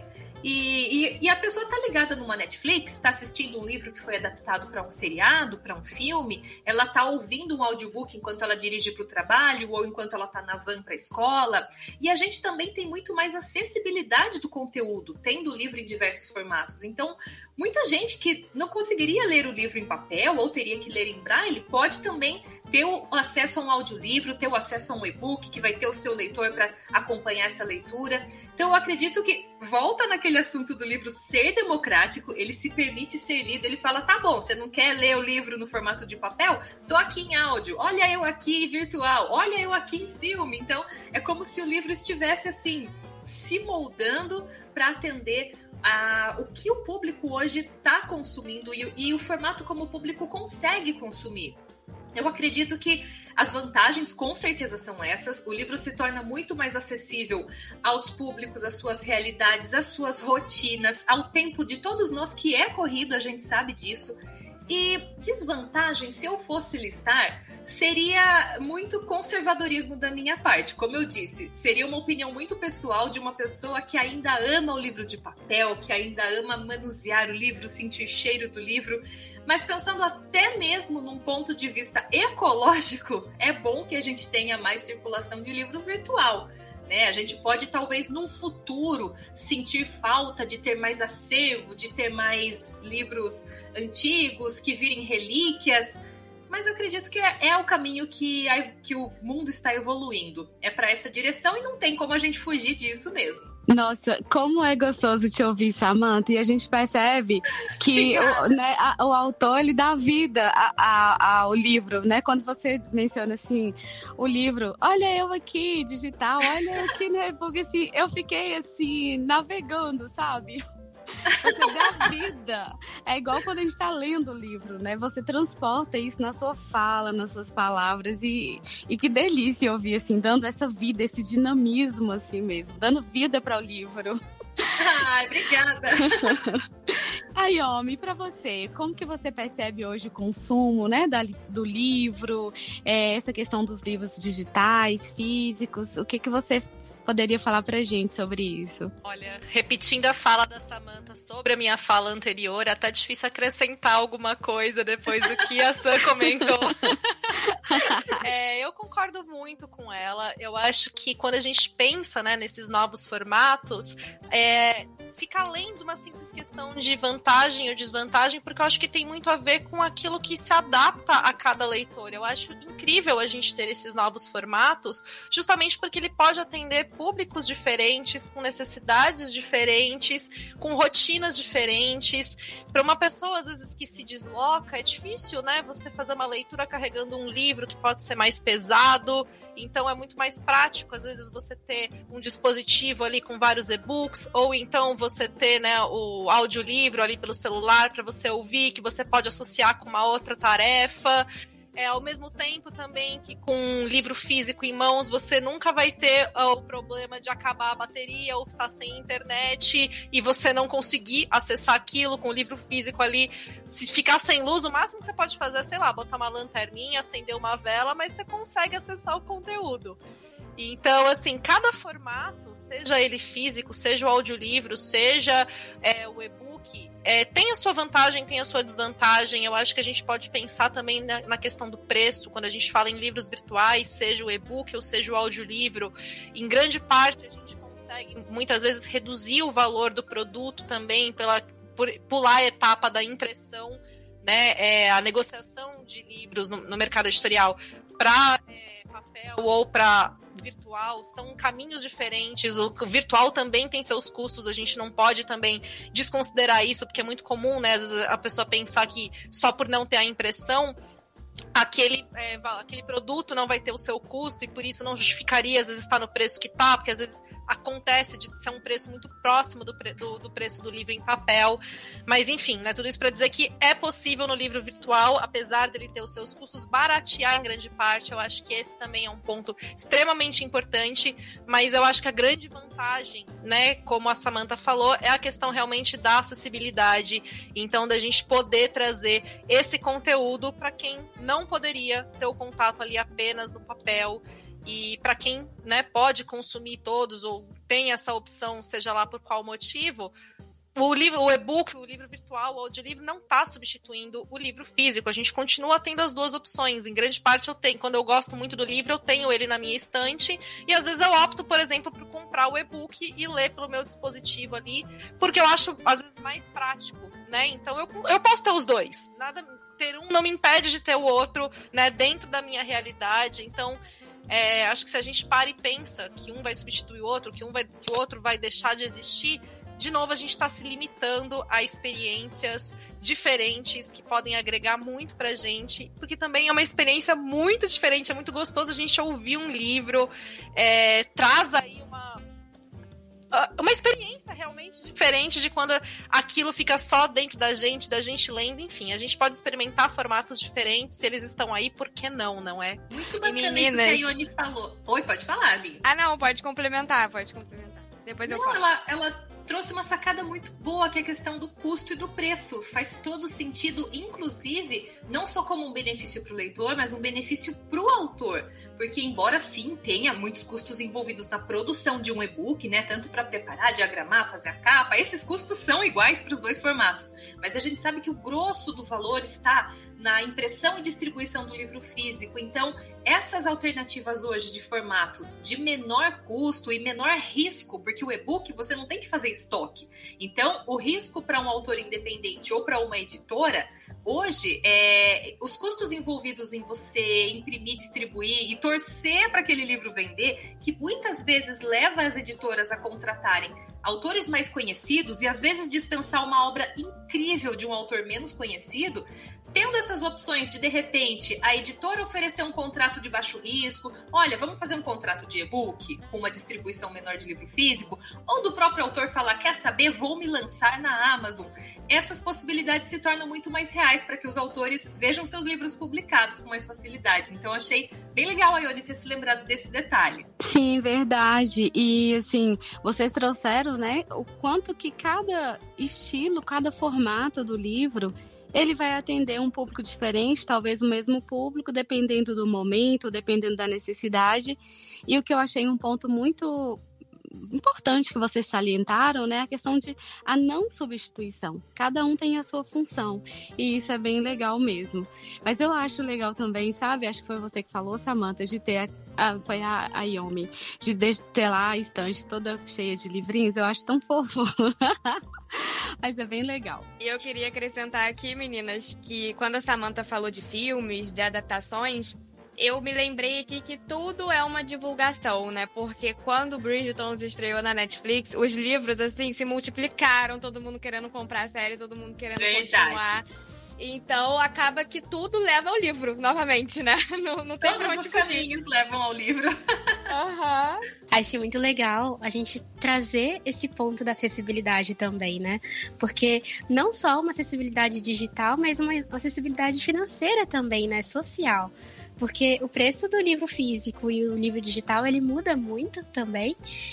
E, e, e a pessoa está ligada numa Netflix, está assistindo um livro que foi adaptado para um seriado, para um filme, ela está ouvindo um audiobook enquanto ela dirige para o trabalho ou enquanto ela está na van para a escola. E a gente também tem muito mais acessibilidade do conteúdo, tendo o livro em diversos formatos. Então, muita gente que não conseguiria ler o livro em papel ou teria que ler em braille, pode também ter o acesso a um audiolivro, ter o acesso a um e-book, que vai ter o seu leitor para acompanhar essa leitura. Então, eu acredito que volta naquele assunto do livro ser democrático, ele se permite ser lido, ele fala, tá bom, você não quer ler o livro no formato de papel? Tô aqui em áudio, olha eu aqui virtual, olha eu aqui em filme. Então, é como se o livro estivesse assim, se moldando para atender a, o que o público hoje está consumindo e, e o formato como o público consegue consumir. Eu acredito que as vantagens com certeza são essas. O livro se torna muito mais acessível aos públicos, às suas realidades, às suas rotinas, ao tempo de todos nós que é corrido, a gente sabe disso. E desvantagem, se eu fosse listar, seria muito conservadorismo da minha parte. Como eu disse, seria uma opinião muito pessoal de uma pessoa que ainda ama o livro de papel, que ainda ama manusear o livro, sentir cheiro do livro. Mas pensando até mesmo num ponto de vista ecológico, é bom que a gente tenha mais circulação de livro virtual. Né? A gente pode, talvez, num futuro, sentir falta de ter mais acervo, de ter mais livros antigos que virem relíquias. Mas eu acredito que é, é o caminho que, a, que o mundo está evoluindo. É para essa direção e não tem como a gente fugir disso mesmo.
Nossa, como é gostoso te ouvir, Samantha. E a gente percebe que o, né, a, o autor, ele dá vida a, a, ao livro, né? Quando você menciona, assim, o livro, olha eu aqui, digital, olha eu aqui no e-book, assim, eu fiquei, assim, navegando, sabe? Você dá vida. É igual quando a gente tá lendo o livro, né? Você transporta isso na sua fala, nas suas palavras. E, e que delícia ouvir, assim, dando essa vida, esse dinamismo, assim mesmo. Dando vida para o livro.
Ai, obrigada.
Aí, homem, para você, como que você percebe hoje o consumo, né, da, do livro? É, essa questão dos livros digitais, físicos. O que que você poderia falar pra gente sobre isso?
Olha, repetindo a fala da Samantha sobre a minha fala anterior, é até difícil acrescentar alguma coisa depois do que a Sam comentou. É, eu concordo muito com ela. Eu acho que quando a gente pensa, né, nesses novos formatos, é, fica além de uma simples questão de vantagem ou desvantagem, porque eu acho que tem muito a ver com aquilo que se adapta a cada leitor. Eu acho incrível a gente ter esses novos formatos, justamente porque ele pode atender públicos diferentes, com necessidades diferentes, com rotinas diferentes. Para uma pessoa, às vezes, que se desloca, é difícil, né? Você fazer uma leitura carregando um livro que pode ser mais pesado. Então, é muito mais prático, às vezes, você ter um dispositivo ali com vários e-books, ou então você ter, né, o audiolivro ali pelo celular para você ouvir, que você pode associar com uma outra tarefa. É, ao mesmo tempo também que com um livro físico em mãos você nunca vai ter uh, o problema de acabar a bateria ou estar sem internet e você não conseguir acessar aquilo com o livro físico ali. Se ficar sem luz, o máximo que você pode fazer é, sei lá, botar uma lanterninha, acender uma vela, mas você consegue acessar o conteúdo. Então, assim, cada formato, seja ele físico, seja o audiolivro, seja é, o e-book, é, tem a sua vantagem, tem a sua desvantagem. Eu acho que a gente pode pensar também na, na questão do preço, quando a gente fala em livros virtuais, seja o e-book ou seja o audiolivro. Em grande parte, a gente consegue, muitas vezes, reduzir o valor do produto também, pela, por pular a etapa da impressão, né, é, a negociação de livros no, no mercado editorial para é, papel ou para virtual, são caminhos diferentes. O virtual também tem seus custos, a gente não pode também desconsiderar isso, porque é muito comum, né, às vezes a pessoa pensar que só por não ter a impressão aquele, é, aquele produto não vai ter o seu custo e por isso não justificaria às vezes estar no preço que está, porque às vezes acontece de ser um preço muito próximo do, pre- do, do preço do livro em papel. Mas enfim, né, tudo isso para dizer que é possível no livro virtual, apesar dele ter os seus custos, baratear em grande parte. Eu acho que esse também é um ponto extremamente importante, mas eu acho que a grande vantagem, né, como a Samantha falou, é a questão realmente da acessibilidade, então da gente poder trazer esse conteúdo para quem não poderia ter o contato ali apenas no papel. E para quem, né, pode consumir todos ou tem essa opção, seja lá por qual motivo, o livro, o e-book, o livro virtual, o audiolivro não está substituindo o livro físico. A gente continua tendo as duas opções. Em grande parte eu tenho. Quando eu gosto muito do livro, eu tenho ele na minha estante. E às vezes eu opto, por exemplo, por comprar o e-book e ler pelo meu dispositivo ali, porque eu acho, às vezes, mais prático, né? Então eu, eu posso ter os dois. Nada, ter um não me impede de ter o outro, né, dentro da minha realidade. Então, É, acho que se a gente para e pensa que um vai substituir o outro, que um vai, que o outro vai deixar de existir, de novo a gente está se limitando a experiências diferentes que podem agregar muito pra gente, porque também é uma experiência muito diferente, é muito gostoso a gente ouvir um livro, é, traz aí uma uma experiência realmente diferente de quando aquilo fica só dentro da gente, da gente lendo, enfim, a gente pode experimentar formatos diferentes, se eles estão aí, por que não, não é?
Muito bacana
meninas...
isso que a Ione falou. Oi, pode falar, Lin.
Ah, não, pode complementar, pode complementar. Depois eu
não,
falo.
Ela, ela trouxe uma sacada muito boa, que é a questão do custo e do preço. Faz todo sentido, inclusive, não só como um benefício para o leitor, mas um benefício para o autor. Porque, embora sim tenha muitos custos envolvidos na produção de um e-book, né, tanto para preparar, diagramar, fazer a capa, esses custos são iguais para os dois formatos. Mas a gente sabe que o grosso do valor está na impressão e distribuição do livro físico. Então, essas alternativas hoje de formatos de menor custo e menor risco, porque o e-book você não tem que fazer estoque. Então, o risco para um autor independente ou para uma editora, hoje, é, os custos envolvidos em você imprimir, distribuir e torcer para aquele livro vender, que muitas vezes leva as editoras a contratarem autores mais conhecidos e às vezes dispensar uma obra incrível de um autor menos conhecido, tendo essas opções de, de repente, a editora oferecer um contrato de baixo risco, olha, vamos fazer um contrato de e-book com uma distribuição menor de livro físico, ou do próprio autor falar, quer saber, vou me lançar na Amazon. Essas possibilidades se tornam muito mais reais para que os autores vejam seus livros publicados com mais facilidade. Então, achei bem legal a Ione ter se lembrado desse detalhe.
Sim, verdade. E, assim, vocês trouxeram, né, o quanto que cada estilo, cada formato do livro, ele vai atender um público diferente, talvez o mesmo público, dependendo do momento, dependendo da necessidade. E o que eu achei um ponto muito importante que vocês salientaram, né, a questão de a não substituição. Cada um tem a sua função, e isso é bem legal mesmo. Mas eu acho legal também, sabe, acho que foi você que falou, Samantha, de ter, a, a, foi a, a Yomi, de ter lá a estante toda cheia de livrinhos, eu acho tão fofo. Mas é bem legal.
E eu queria acrescentar aqui, meninas, que quando a Samantha falou de filmes, de adaptações, eu me lembrei aqui que tudo é uma divulgação, né? Porque quando Bridgerton estreou na Netflix, os livros, assim, se multiplicaram, todo mundo querendo comprar a série, todo mundo querendo
Verdade.
continuar. Então, acaba que tudo leva ao livro, novamente, né? Não, não tem
Todos
onde
os
fugir.
caminhos levam ao livro.
Aham. Uhum.
Acho muito legal a gente trazer esse ponto da acessibilidade também, né? Porque não só uma acessibilidade digital, mas uma acessibilidade financeira também, né? Social. Porque o preço do livro físico e o livro digital, ele muda muito também.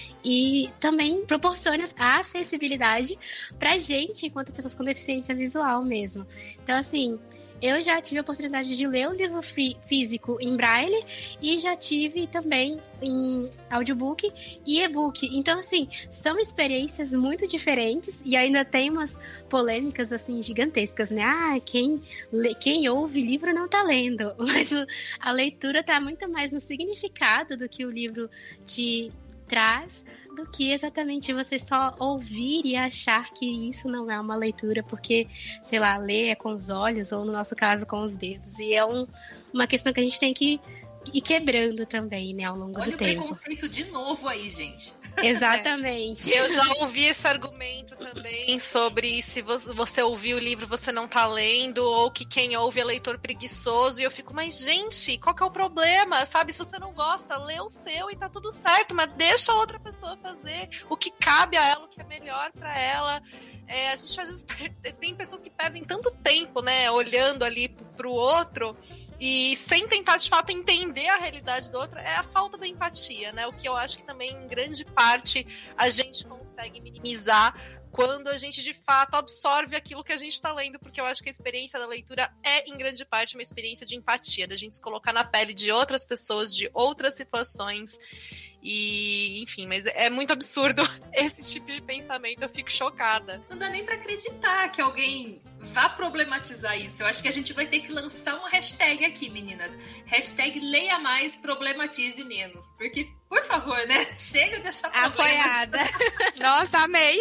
E também proporciona a acessibilidade pra gente, enquanto pessoas com deficiência visual mesmo. Então, assim, eu já tive a oportunidade de ler o livro físico em braille e já tive também em audiobook e e-book. Então, assim, são experiências muito diferentes e ainda tem umas polêmicas, assim, gigantescas, né? Ah, quem, lê, quem ouve livro não tá lendo. Mas a leitura tá muito mais no significado do que o livro te traz, do que exatamente você só ouvir e achar que isso não é uma leitura, porque, sei lá, ler é com os olhos, ou no nosso caso, com os dedos. E é um, uma questão que a gente tem que ir quebrando também, né, ao longo
Olha
do
o
tempo.
preconceito de novo aí, gente.
Exatamente.
Eu já ouvi esse argumento também sobre se você ouvir o livro você não tá lendo, ou que quem ouve é leitor preguiçoso, e eu fico, mas gente, qual que é o problema? Sabe, se você não gosta, lê o seu e tá tudo certo, mas deixa a outra pessoa fazer o que cabe a ela, o que é melhor pra ela. É, a gente às vezes tem pessoas que perdem tanto tempo, né, olhando ali pro outro e sem tentar de fato entender a realidade do outro. É a falta da empatia, né, o que eu acho que também em grande parte a gente consegue minimizar quando a gente de fato absorve aquilo que a gente está lendo, porque eu acho que a experiência da leitura é em grande parte uma experiência de empatia, da gente se colocar na pele de outras pessoas, de outras situações. E, enfim, mas é muito absurdo esse tipo de pensamento, eu fico chocada.
Não dá nem pra acreditar que alguém vá problematizar isso. Eu acho que a gente vai ter que lançar uma hashtag aqui, meninas. Hashtag leia mais, problematize menos. Porque, por favor, né? Chega de achar problemas.
Apoiada.
Nossa, amei.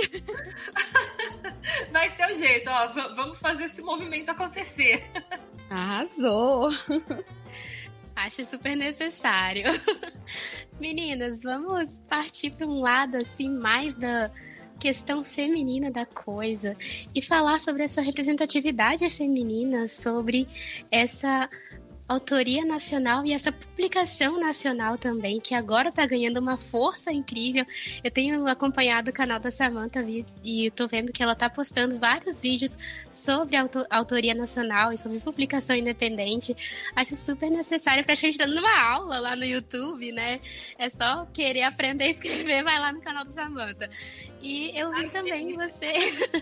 Vai ser o jeito, ó. V- vamos fazer esse movimento acontecer.
Arrasou!
Acho super necessário. Meninas, vamos partir para um lado assim mais da questão feminina da coisa e falar sobre essa representatividade feminina, sobre essa autoria nacional e essa publicação nacional também, que agora tá ganhando uma força incrível. Eu tenho acompanhado o canal da Samantha e tô vendo que ela tá postando vários vídeos sobre auto- autoria nacional e sobre publicação independente. Acho super necessário, praticamente dando uma aula lá no YouTube, né? É só querer aprender a escrever, vai lá no canal da Samantha. E eu vi Ai, também você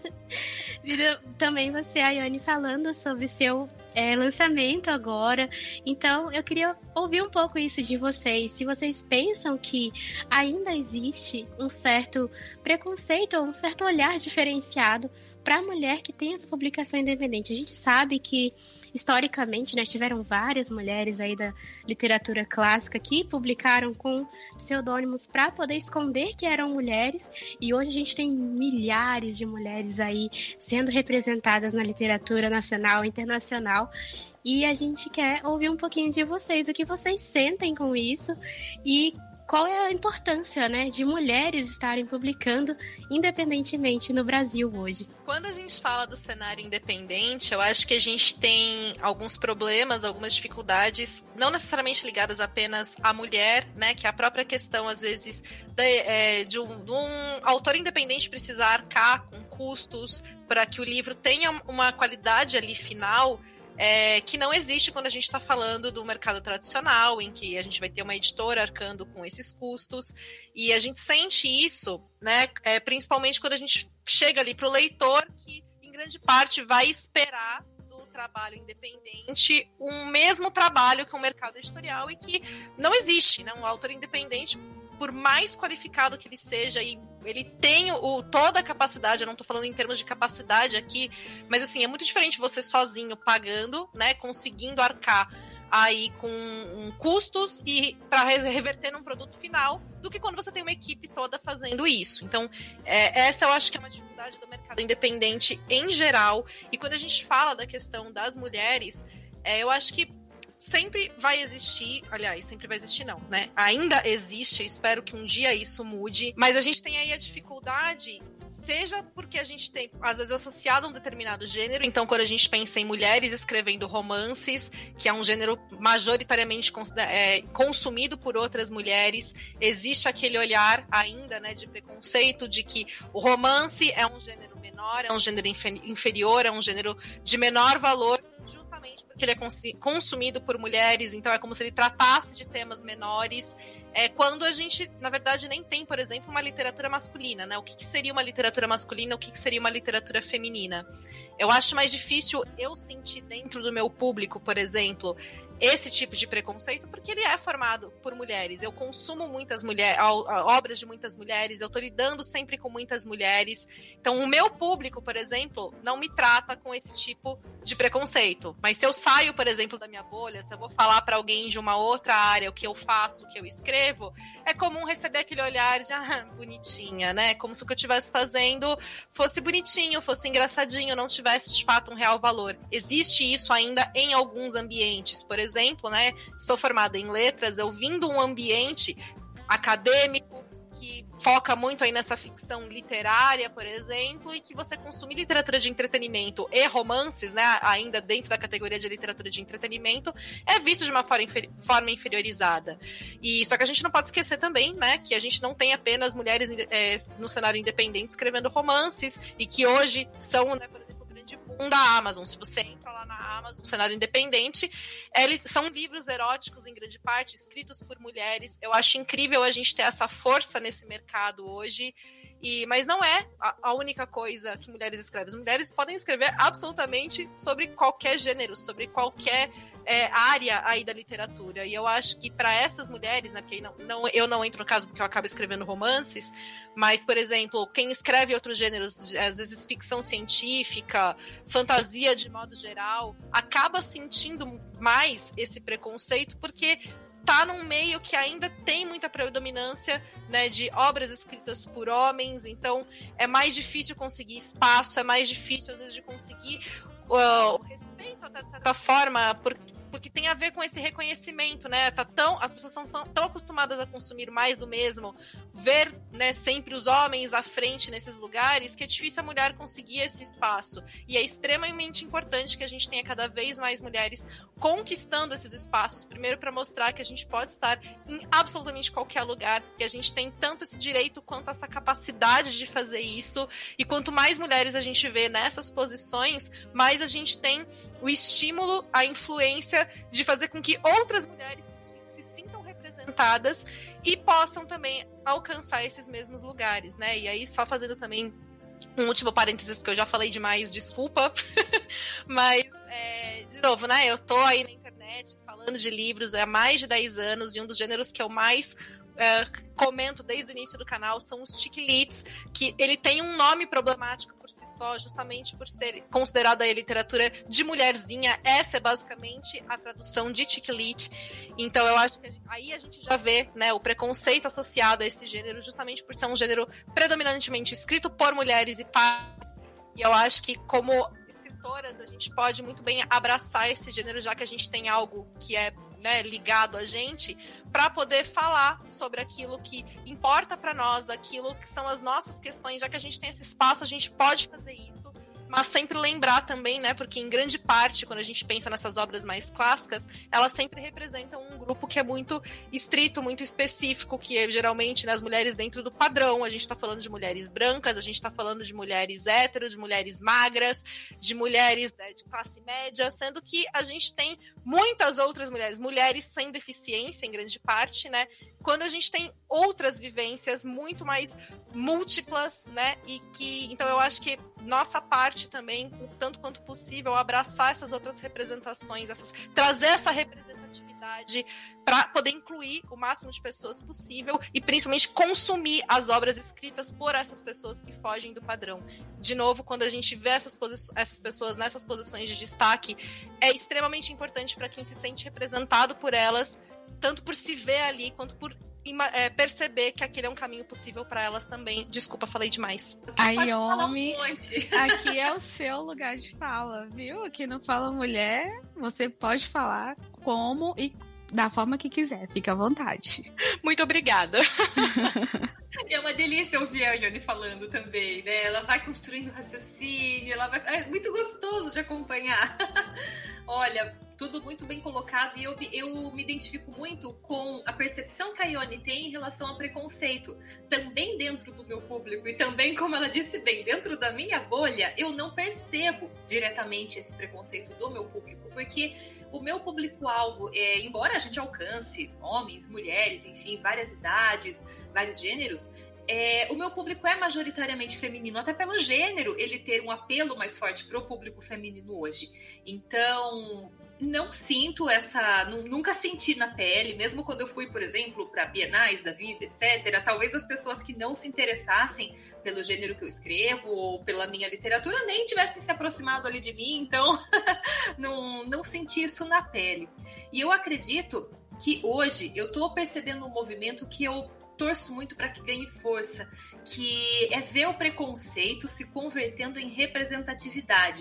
vi também você, Ayane, falando sobre o seu É, lançamento agora. Então eu queria ouvir um pouco isso de vocês. Se vocês pensam que ainda existe um certo preconceito ou um certo olhar diferenciado para a mulher que tem essa publicação independente. A gente sabe que historicamente, né, tiveram várias mulheres aí da literatura clássica que publicaram com pseudônimos para poder esconder que eram mulheres, e hoje a gente tem milhares de mulheres aí sendo representadas na literatura nacional e internacional, e a gente quer ouvir um pouquinho de vocês, o que vocês sentem com isso e qual é a importância, né, de mulheres estarem publicando independentemente no Brasil hoje.
Quando a gente fala do cenário independente, eu acho que a gente tem alguns problemas, algumas dificuldades, não necessariamente ligadas apenas à mulher, né, que é a própria questão, às vezes, de, é, de, um, de um autor independente precisar arcar com custos para que o livro tenha uma qualidade ali final, É, que não existe quando a gente está falando do mercado tradicional, em que a gente vai ter uma editora arcando com esses custos, e a gente sente isso, né, é, principalmente quando a gente chega ali para o leitor, que em grande parte vai esperar do trabalho independente um mesmo trabalho que o mercado editorial, e que não existe, né, um autor independente, por mais qualificado que ele seja, e ele tem o, toda a capacidade, eu não tô falando em termos de capacidade aqui, mas assim, é muito diferente você sozinho pagando, né, conseguindo arcar aí com um, custos e para reverter num produto final, do que quando você tem uma equipe toda fazendo isso. Então, é, essa eu acho que é uma dificuldade do mercado independente em geral, e quando a gente fala da questão das mulheres, é, eu acho que sempre vai existir, aliás, sempre vai existir não, né? Ainda existe, eu espero que um dia isso mude, mas a gente tem aí a dificuldade, seja porque a gente tem, às vezes, associado a um determinado gênero, então quando a gente pensa em mulheres escrevendo romances, que é um gênero majoritariamente é, consumido por outras mulheres, existe aquele olhar ainda, né, de preconceito, de que o romance é um gênero menor, é um gênero inferior, é um gênero de menor valor, porque ele é consumido por mulheres, então é como se ele tratasse de temas menores, é, quando a gente, na verdade, nem tem, por exemplo, uma literatura masculina, né? O que, que seria uma literatura masculina, o que, que seria uma literatura feminina? Eu acho mais difícil eu sentir dentro do meu público, por exemplo, esse tipo de preconceito, porque ele é formado por mulheres. Eu consumo muitas mulheres, obras de muitas mulheres, eu tô lidando sempre com muitas mulheres. Então, o meu público, por exemplo, não me trata com esse tipo de preconceito. Mas se eu saio, por exemplo, da minha bolha, se eu vou falar para alguém de uma outra área o que eu faço, o que eu escrevo, é comum receber aquele olhar de, ah, bonitinha, né? Como se o que eu estivesse fazendo fosse bonitinho, fosse engraçadinho, não tivesse, de fato, um real valor. Existe isso ainda em alguns ambientes, por exemplo, né? Sou formada em letras, eu vim de um ambiente acadêmico que foca muito aí nessa ficção literária, por exemplo, e que você consumir literatura de entretenimento e romances, né, ainda dentro da categoria de literatura de entretenimento, é visto de uma forma, inferi- forma inferiorizada. E só que a gente não pode esquecer também, né, que a gente não tem apenas mulheres é, no cenário independente escrevendo romances, e que hoje são, né, por exemplo, o grande boom da Amazon. Se você entra lá na Amazon, cenário independente, é, são livros eróticos em grande parte, escritos por mulheres. Eu acho incrível a gente ter essa força nesse mercado hoje. E, mas não é a, a única coisa que mulheres escrevem. As mulheres podem escrever absolutamente sobre qualquer gênero, sobre qualquer é, área aí da literatura. E eu acho que para essas mulheres, né, porque não, não, eu não entro no caso porque eu acabo escrevendo romances, mas, por exemplo, quem escreve outros gêneros, às vezes ficção científica, fantasia de modo geral, acaba sentindo mais esse preconceito porque tá num meio que ainda tem muita predominância, né, de obras escritas por homens, então é mais difícil conseguir espaço, é mais difícil às vezes de conseguir uh, o respeito até de certa forma, porque, porque tem a ver com esse reconhecimento, né, tá tão, as pessoas são tão, tão acostumadas a consumir mais do mesmo, ver, né, sempre os homens à frente nesses lugares, que é difícil a mulher conseguir esse espaço, e é extremamente importante que a gente tenha cada vez mais mulheres conquistando esses espaços, primeiro para mostrar que a gente pode estar em absolutamente qualquer lugar, que a gente tem tanto esse direito quanto essa capacidade de fazer isso, e quanto mais mulheres a gente vê nessas posições, mais a gente tem o estímulo, a influência de fazer com que outras mulheres se, se sintam representadas e possam também alcançar esses mesmos lugares, né? E aí, só fazendo também um último parênteses, porque eu já falei demais, desculpa. Mas, é, de novo, né? Eu tô aí na internet falando de livros há mais de dez anos, e um dos gêneros que eu mais é, comento desde o início do canal são os chick lits, que ele tem um nome problemático por si só, justamente por ser considerada a literatura de mulherzinha. Essa é basicamente a tradução de chick lit. Então eu acho que a gente, aí a gente já vê, né, o preconceito associado a esse gênero, justamente por ser um gênero predominantemente escrito por mulheres e pais. E eu acho que, como escritoras, a gente pode muito bem abraçar esse gênero, já que a gente tem algo que é, né, ligado a gente, para poder falar sobre aquilo que importa para nós, aquilo que são as nossas questões. Já que a gente tem esse espaço, a gente pode fazer isso, mas sempre lembrar também, né, porque em grande parte, quando a gente pensa nessas obras mais clássicas, elas sempre representam um grupo que é muito estrito, muito específico, que é geralmente, né, as mulheres dentro do padrão. A gente tá falando de mulheres brancas, a gente tá falando de mulheres héteros, de mulheres magras, de mulheres, né, de classe média, sendo que a gente tem muitas outras mulheres, mulheres sem deficiência em grande parte, né, quando a gente tem outras vivências muito mais múltiplas, né, e que, então eu acho que nossa parte também, o tanto quanto possível, abraçar essas outras representações, essas, trazer essa representatividade para poder incluir o máximo de pessoas possível e principalmente consumir as obras escritas por essas pessoas que fogem do padrão. De novo, quando a gente vê essas, posi- essas pessoas nessas posições de destaque, é extremamente importante para quem se sente representado por elas, tanto por se ver ali, quanto por É, perceber que aquele é um caminho possível para elas também. Desculpa, falei demais.
Aí, homem, um aqui é o seu lugar de fala, viu? Aqui no Fala Mulher, você pode falar como e da forma que quiser, fica à vontade.
Muito obrigada.
É uma delícia ouvir a Ione falando também, né? Ela vai construindo raciocínio, ela vai... é muito gostoso de acompanhar. Olha, tudo muito bem colocado, e eu, eu me identifico muito com a percepção que a Ione tem em relação ao preconceito. Também dentro do meu público, e também, como ela disse bem, dentro da minha bolha, eu não percebo diretamente esse preconceito do meu público, porque o meu público-alvo, é, embora a gente alcance homens, mulheres, enfim, várias idades, vários gêneros, é, o meu público é majoritariamente feminino, até pelo gênero ele ter um apelo mais forte para o público feminino hoje. Então, não sinto essa... Nunca senti na pele, mesmo quando eu fui, por exemplo, para bienais da vida, etcétera. Talvez as pessoas que não se interessassem pelo gênero que eu escrevo ou pela minha literatura nem tivessem se aproximado ali de mim, então não, não senti isso na pele. E eu acredito que hoje eu estou percebendo um movimento que eu torço muito para que ganhe força, que é ver o preconceito se convertendo em representatividade.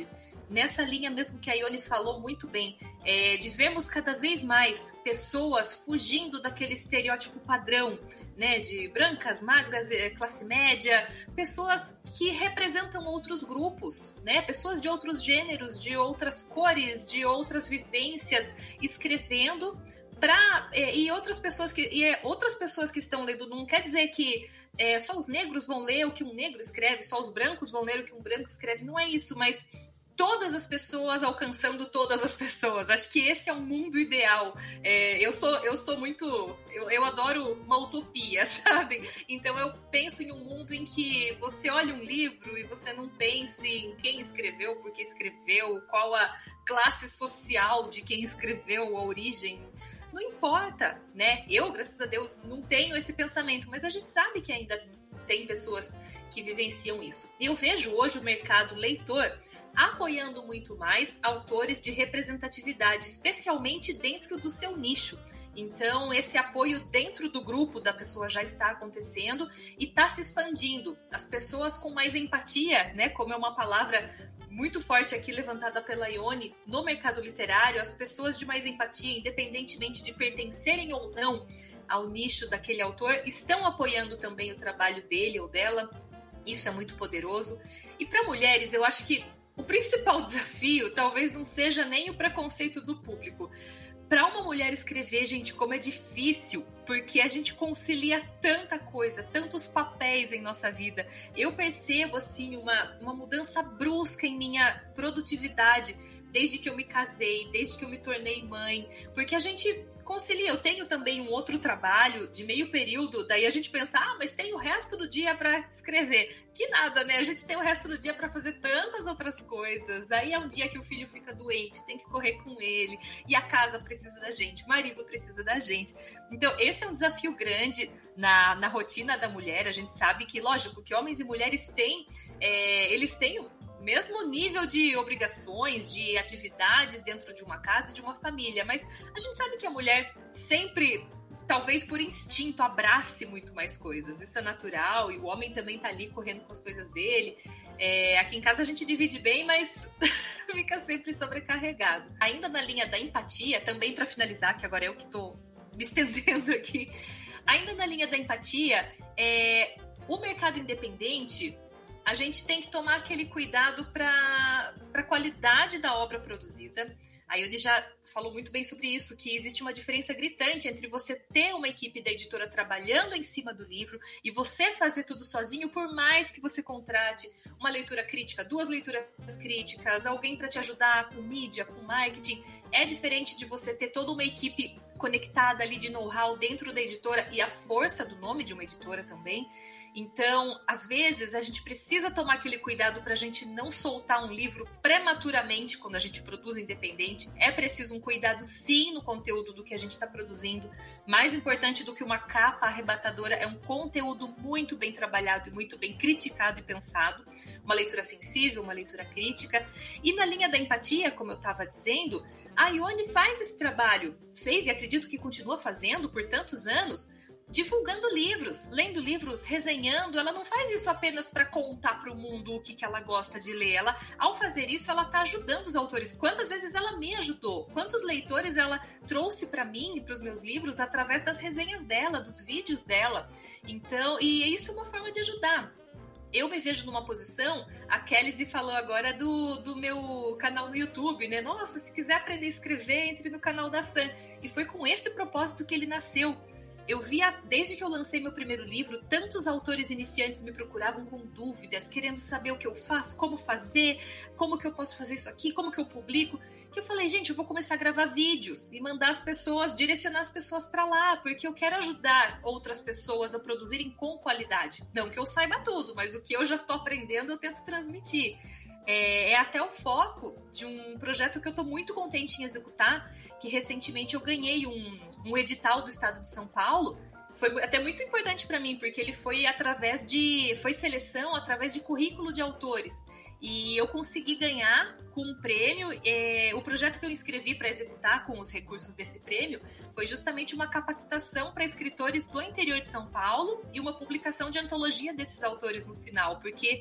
nessa linha mesmo que a Ione falou muito bem, é, de vermos cada vez mais pessoas fugindo daquele estereótipo padrão, né, de brancas, magras, classe média, pessoas que representam outros grupos, né, pessoas de outros gêneros, de outras cores, de outras vivências, escrevendo. Pra, e, e outras pessoas que e outras pessoas que estão lendo, não quer dizer que é, só os negros vão ler o que um negro escreve, só os brancos vão ler o que um branco escreve, não é isso, mas todas as pessoas alcançando todas as pessoas. Acho que esse é um mundo ideal. É, eu, sou, eu sou muito... Eu, eu adoro uma utopia, sabe? Então eu penso em um mundo em que você olha um livro e você não pense em quem escreveu, por que escreveu, qual a classe social de quem escreveu, a origem. Não importa, né? Eu, graças a Deus, não tenho esse pensamento, mas a gente sabe que ainda tem pessoas que vivenciam isso. E eu vejo hoje o mercado leitor apoiando muito mais autores de representatividade, especialmente dentro do seu nicho. Então, esse apoio dentro do grupo da pessoa já está acontecendo e está se expandindo. As pessoas com mais empatia, né, como é uma palavra muito forte aqui levantada pela Ione, no mercado literário, as pessoas de mais empatia, independentemente de pertencerem ou não ao nicho daquele autor, estão apoiando também o trabalho dele ou dela. Isso é muito poderoso. E para mulheres, eu acho que o principal desafio talvez não seja nem o preconceito do público. Para uma mulher escrever, gente, como é difícil, porque a gente concilia tanta coisa, tantos papéis em nossa vida. Eu percebo, assim, uma, uma mudança brusca em minha produtividade desde que eu me casei, desde que eu me tornei mãe, porque a gente concilia. Eu tenho também um outro trabalho de meio período, daí a gente pensa, ah, mas tem o resto do dia para escrever. Que nada, né? A gente tem o resto do dia para fazer tantas outras coisas. Aí é um dia que o filho fica doente, tem que correr com ele, e a casa precisa da gente, o marido precisa da gente. Então, esse é um desafio grande na, na rotina da mulher. A gente sabe que, lógico, que homens e mulheres têm, é, eles têm o mesmo nível de obrigações, de atividades dentro de uma casa e de uma família, mas a gente sabe que a mulher sempre, talvez por instinto, abrace muito mais coisas. Isso é natural, e o homem também tá ali correndo com as coisas dele. É, aqui em casa a gente divide bem, mas fica sempre sobrecarregado. Ainda na linha da empatia, também para finalizar, que agora eu que tô me estendendo aqui, ainda na linha da empatia, é, o mercado independente, a gente tem que tomar aquele cuidado para a qualidade da obra produzida. A Ione já falou muito bem sobre isso, que existe uma diferença gritante entre você ter uma equipe da editora trabalhando em cima do livro e você fazer tudo sozinho, por mais que você contrate uma leitura crítica, duas leituras críticas, alguém para te ajudar com mídia, com marketing. É diferente de você ter toda uma equipe conectada ali de know-how dentro da editora e a força do nome de uma editora também. Então, às vezes, a gente precisa tomar aquele cuidado para a gente não soltar um livro prematuramente quando a gente produz independente. É preciso um cuidado, sim, no conteúdo do que a gente está produzindo. Mais importante do que uma capa arrebatadora é um conteúdo muito bem trabalhado e muito bem criticado e pensado. Uma leitura sensível, uma leitura crítica. E na linha da empatia, como eu estava dizendo, a Ione faz esse trabalho. Fez e acredito que continua fazendo por tantos anos, divulgando livros, lendo livros, resenhando. Ela não faz isso apenas para contar para o mundo o que, que ela gosta de ler. Ela, ao fazer isso, ela está ajudando os autores. Quantas vezes ela me ajudou? Quantos leitores ela trouxe para mim e para os meus livros através das resenhas dela, dos vídeos dela? Então, e isso é uma forma de ajudar. Eu me vejo numa posição, a Kelly falou agora do, do meu canal no YouTube, né? Nossa, se quiser aprender a escrever, entre no canal da Sam. E foi com esse propósito que ele nasceu. Eu via, desde que eu lancei meu primeiro livro, tantos autores iniciantes me procuravam com dúvidas, querendo saber o que eu faço, como fazer, como que eu posso fazer isso aqui, como que eu publico. Que eu falei, gente, eu vou começar a gravar vídeos e mandar as pessoas, direcionar as pessoas para lá, porque eu quero ajudar outras pessoas a produzirem com qualidade. Não que eu saiba tudo, mas o que eu já estou aprendendo eu tento transmitir. É, é até o foco de um projeto que eu estou muito contente em executar, que recentemente eu ganhei um, um edital do estado de São Paulo. Foi até muito importante para mim, porque ele foi através de foi seleção através de currículo de autores, e eu consegui ganhar com um prêmio. É, o projeto que eu inscrevi para executar com os recursos desse prêmio foi justamente uma capacitação para escritores do interior de São Paulo e uma publicação de antologia desses autores no final, porque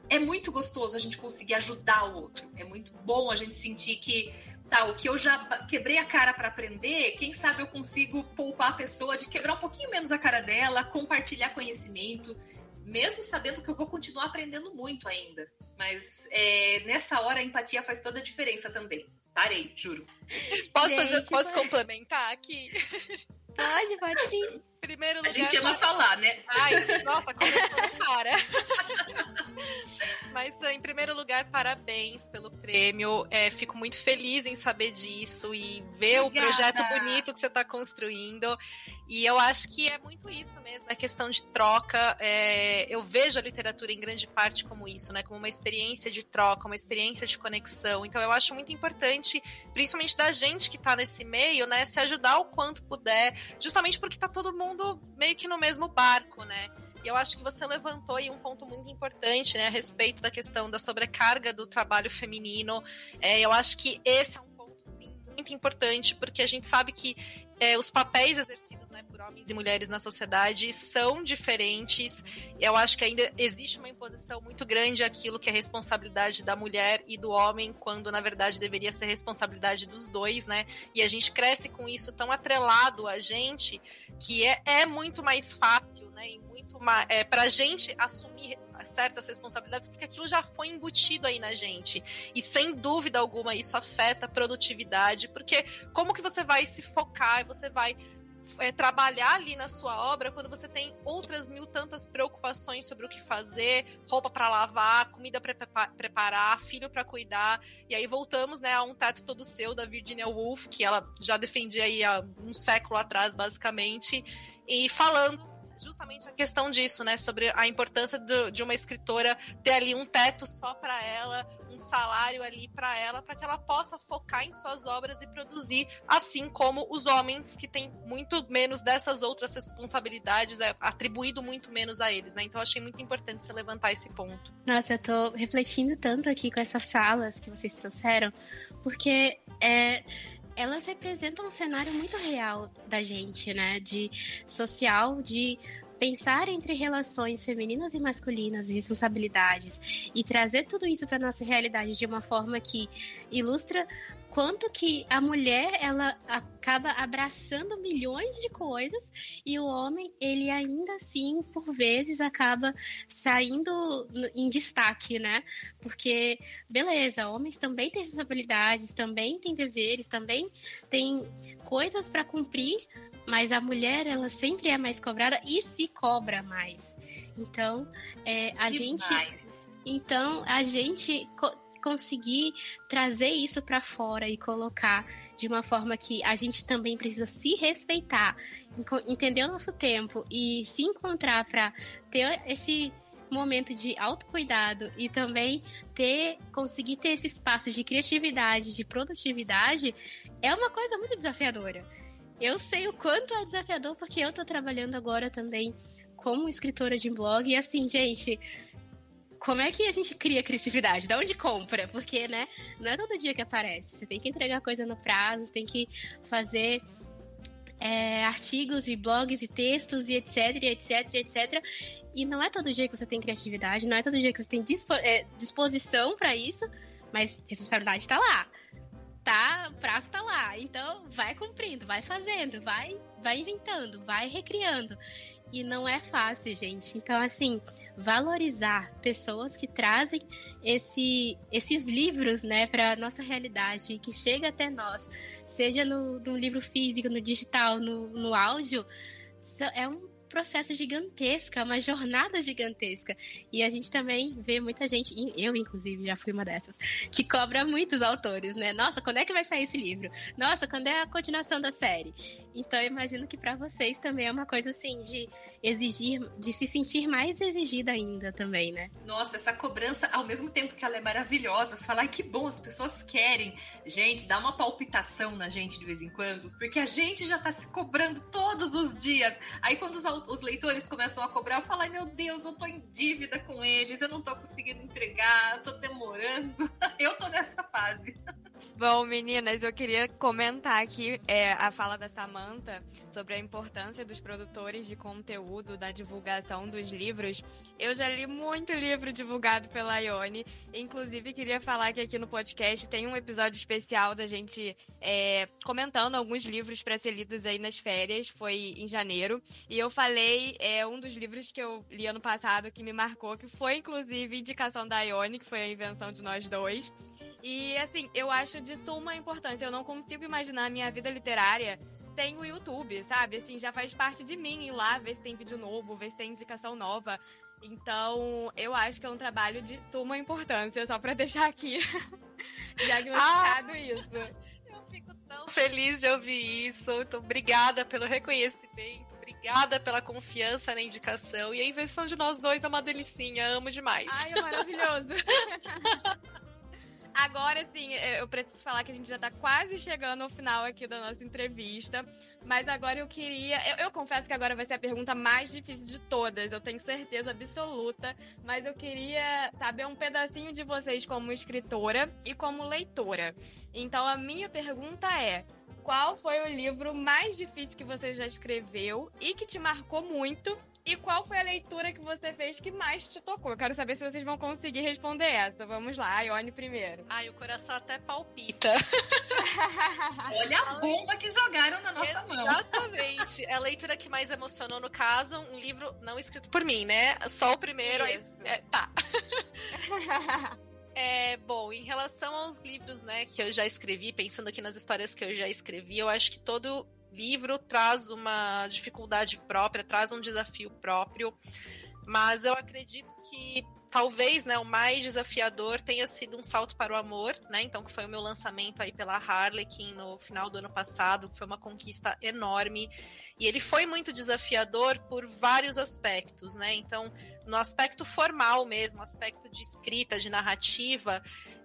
é muito gostoso a gente conseguir ajudar o outro. É muito bom a gente sentir que tá, o que eu já quebrei a cara para aprender, quem sabe eu consigo poupar a pessoa de quebrar um pouquinho menos a cara dela, compartilhar conhecimento, mesmo sabendo que eu vou continuar aprendendo muito ainda. Mas é, nessa hora a empatia faz toda a diferença também. Parei, juro.
Posso,
Gente,
fazer, posso
mas-
complementar aqui?
Pode, pode sim.
Primeiro
A
lugar,
gente ama falar, né?
Ai, nossa, começou para. Mas, em primeiro lugar, parabéns pelo prêmio. É, fico muito feliz em saber disso e ver
Obrigada.
o projeto bonito que você está construindo. E eu acho que é muito isso mesmo, é questão de troca. É, eu vejo a literatura em grande parte como isso, né? Como uma experiência de troca, uma experiência de conexão. Então, eu acho muito importante, principalmente da gente que está nesse meio, né? Se ajudar o quanto puder, justamente porque está todo mundo meio que no mesmo barco, né? E eu acho que você levantou aí um ponto muito importante, né, a respeito da questão da sobrecarga do trabalho feminino. É, eu acho que esse é um ponto, sim, muito importante, porque a gente sabe que é, os papéis exercidos, né, por homens e mulheres na sociedade são diferentes. Eu acho que ainda existe uma imposição muito grande àquilo que é responsabilidade da mulher e do homem, quando na verdade deveria ser responsabilidade dos dois, né? E a gente cresce com isso tão atrelado a gente que é, é muito mais fácil, né? E muito mais, é, pra gente assumir certas responsabilidades, porque aquilo já foi embutido aí na gente. E sem dúvida alguma isso afeta a produtividade, porque como que você vai se focar e você vai é, trabalhar ali na sua obra quando você tem outras mil tantas preocupações sobre o que fazer, roupa para lavar, comida para preparar, filho para cuidar. E aí voltamos, né, a Um Teto Todo Seu, da Virginia Woolf, que ela já defendia aí há um século atrás, basicamente, e falando justamente a questão disso, né, sobre a importância do, de uma escritora ter ali um teto só para ela, um salário ali para ela, para que ela possa focar em suas obras e produzir, assim como os homens, que têm muito menos dessas outras responsabilidades, é atribuído muito menos a eles, né? Então eu achei muito importante você levantar esse ponto.
Nossa, eu tô refletindo tanto aqui com essas salas que vocês trouxeram, porque é, elas representam um cenário muito real da gente, né? De social, de pensar entre relações femininas e masculinas e responsabilidades e trazer tudo isso para nossa realidade de uma forma que ilustra quanto que a mulher, ela acaba abraçando milhões de coisas e o homem, ele ainda assim, por vezes, acaba saindo em destaque, né? Porque, beleza, homens também têm responsabilidades, também têm deveres, também têm coisas para cumprir, mas a mulher, ela sempre é mais cobrada e se cobra mais. Então, é, a
Que
gente...
mais?
Então, a gente... conseguir trazer isso para fora e colocar de uma forma que a gente também precisa se respeitar, entender o nosso tempo e se encontrar para ter esse momento de autocuidado e também ter, conseguir ter esse espaço de criatividade, de produtividade, é uma coisa muito desafiadora. Eu sei o quanto é desafiador porque eu tô trabalhando agora também como escritora de blog e assim, gente... Como é que a gente cria criatividade? De onde compra? Porque, né, não é todo dia que aparece. Você tem que entregar coisa no prazo, você tem que fazer é, artigos e blogs e textos e etc, etc, etcétera. E não é todo dia que você tem criatividade, não é todo dia que você tem dispo é, disposição para isso, mas responsabilidade tá lá. Tá, o prazo tá lá. Então, vai cumprindo, vai fazendo, vai, vai inventando, vai recriando. E não é fácil, gente. Então, assim, valorizar pessoas que trazem esse, esses livros, né, para nossa realidade, que chega até nós, seja no, no livro físico, no digital, no, no áudio, é um processo gigantesco, é uma jornada gigantesca. E a gente também vê muita gente, eu inclusive já fui uma dessas, que cobra muitos autores, né? Nossa, quando é que vai sair esse livro? Nossa, quando é a continuação da série? Então eu imagino que para vocês também é uma coisa assim de exigir, de se sentir mais exigida ainda também, né?
Nossa, essa cobrança, ao mesmo tempo que ela é maravilhosa, você fala, ai, que bom, as pessoas querem. Gente, dá uma palpitação na gente de vez em quando, porque a gente já tá se cobrando todos os dias. Aí quando os, os leitores começam a cobrar, eu falo, ai, meu Deus, eu tô em dívida com eles, eu não tô conseguindo entregar, eu tô demorando. Eu tô nessa fase.
Bom, meninas, eu queria comentar aqui é, a fala da Samantha sobre a importância dos produtores de conteúdo, da divulgação dos livros. Eu já li muito livro divulgado pela Ione, inclusive queria falar que aqui no podcast tem um episódio especial da gente é, comentando alguns livros para ser lidos aí nas férias, foi em janeiro, e eu falei é, um dos livros que eu li ano passado que me marcou, que foi inclusive indicação da Ione, que foi a invenção de nós dois. E, assim, eu acho de suma importância. Eu não consigo imaginar a minha vida literária sem o YouTube, sabe? Assim, já faz parte de mim ir lá, ver se tem vídeo novo, ver se tem indicação nova. Então, eu acho que é um trabalho de suma importância, só pra deixar aqui diagnosticado ah, isso.
Eu fico tão feliz de ouvir isso. Então, obrigada pelo reconhecimento, obrigada pela confiança na indicação. E a invenção de nós dois é uma delicinha, amo demais.
Ai, é maravilhoso. Agora, sim, eu preciso falar que a gente já tá quase chegando ao final aqui da nossa entrevista, mas agora eu queria... Eu, eu confesso que agora vai ser a pergunta mais difícil de todas, eu tenho certeza absoluta, mas eu queria saber um pedacinho de vocês como escritora e como leitora. Então, a minha pergunta é, qual foi o livro mais difícil que você já escreveu e que te marcou muito? E qual foi a leitura que você fez que mais te tocou? Eu quero saber se vocês vão conseguir responder essa. Vamos lá, a Ione primeiro.
Ai, o coração até palpita.
Olha a bomba que jogaram na nossa
Exatamente.
mão.
Exatamente. É a leitura que mais emocionou, no caso, um livro não escrito por mim, né? Só o primeiro.
Isso.
É, tá. É, bom, em relação aos livros, né, que eu já escrevi, pensando aqui nas histórias que eu já escrevi, eu acho que todo livro traz uma dificuldade própria, traz um desafio próprio, mas eu acredito que talvez, né, o mais desafiador tenha sido Um Salto para o Amor, né, então que foi o meu lançamento aí pela Harlequin no final do ano passado, que foi uma conquista enorme, e ele foi muito desafiador por vários aspectos, né, então no aspecto formal mesmo, aspecto de escrita, de narrativa,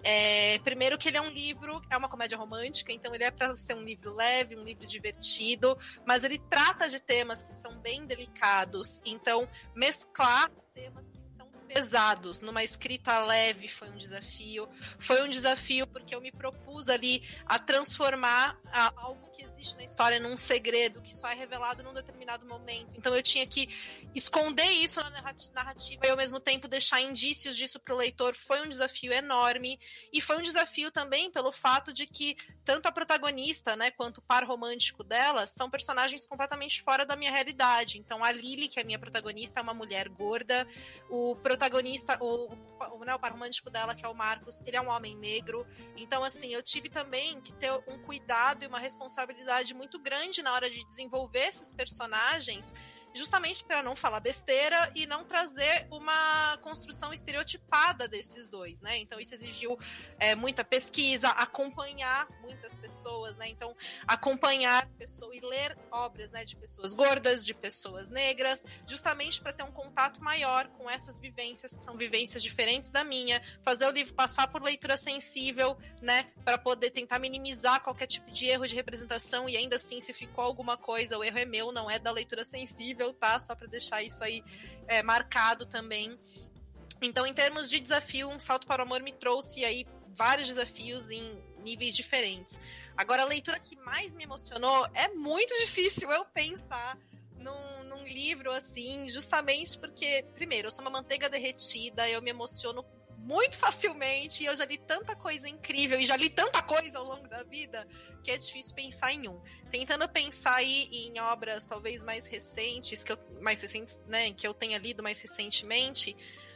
é, primeiro que ele é um livro, é uma comédia romântica, então ele é para ser um livro leve, um livro divertido, mas ele trata de temas que são bem delicados, então mesclar temas que pesados numa escrita leve foi um desafio. Foi um desafio porque eu me propus ali a transformar a, algo que existe na história num segredo que só é revelado num determinado momento. Então eu tinha que esconder isso na narrativa e ao mesmo tempo deixar indícios disso para o leitor. Foi um desafio enorme e foi um desafio também pelo fato de que tanto a protagonista, né, quanto o par romântico dela são personagens completamente fora da minha realidade. Então a Lily, que é a minha protagonista, é uma mulher gorda. O protagonista, o, o, né, o par romântico dela, que é o Marcos, ele é um homem negro. Então, assim, eu tive também que ter um cuidado e uma responsabilidade muito grande na hora de desenvolver esses personagens, justamente para não falar besteira e não trazer uma construção estereotipada desses dois, né? Então isso exigiu é, muita pesquisa, acompanhar muitas pessoas, né? Então acompanhar pessoas e ler obras, né, de pessoas gordas, de pessoas negras, justamente para ter um contato maior com essas vivências, que são vivências diferentes da minha, fazer o livro passar por leitura sensível, né, para poder tentar minimizar qualquer tipo de erro de representação e ainda assim, se ficou alguma coisa, o erro é meu, não é da leitura sensível, tá? Só para deixar isso aí é, marcado também. Então, em termos de desafio, Um Salto para o Amor me trouxe aí vários desafios em níveis diferentes. Agora, a leitura que mais me emocionou, é muito difícil eu pensar num, num livro assim, justamente porque, primeiro, eu sou uma manteiga derretida, eu me emociono muito facilmente, e eu já li tanta coisa incrível e já li tanta coisa ao longo da vida que é difícil pensar em um. Tentando pensar aí em obras talvez mais recentes, que eu, mais recentes, né, que eu tenha lido mais recentemente,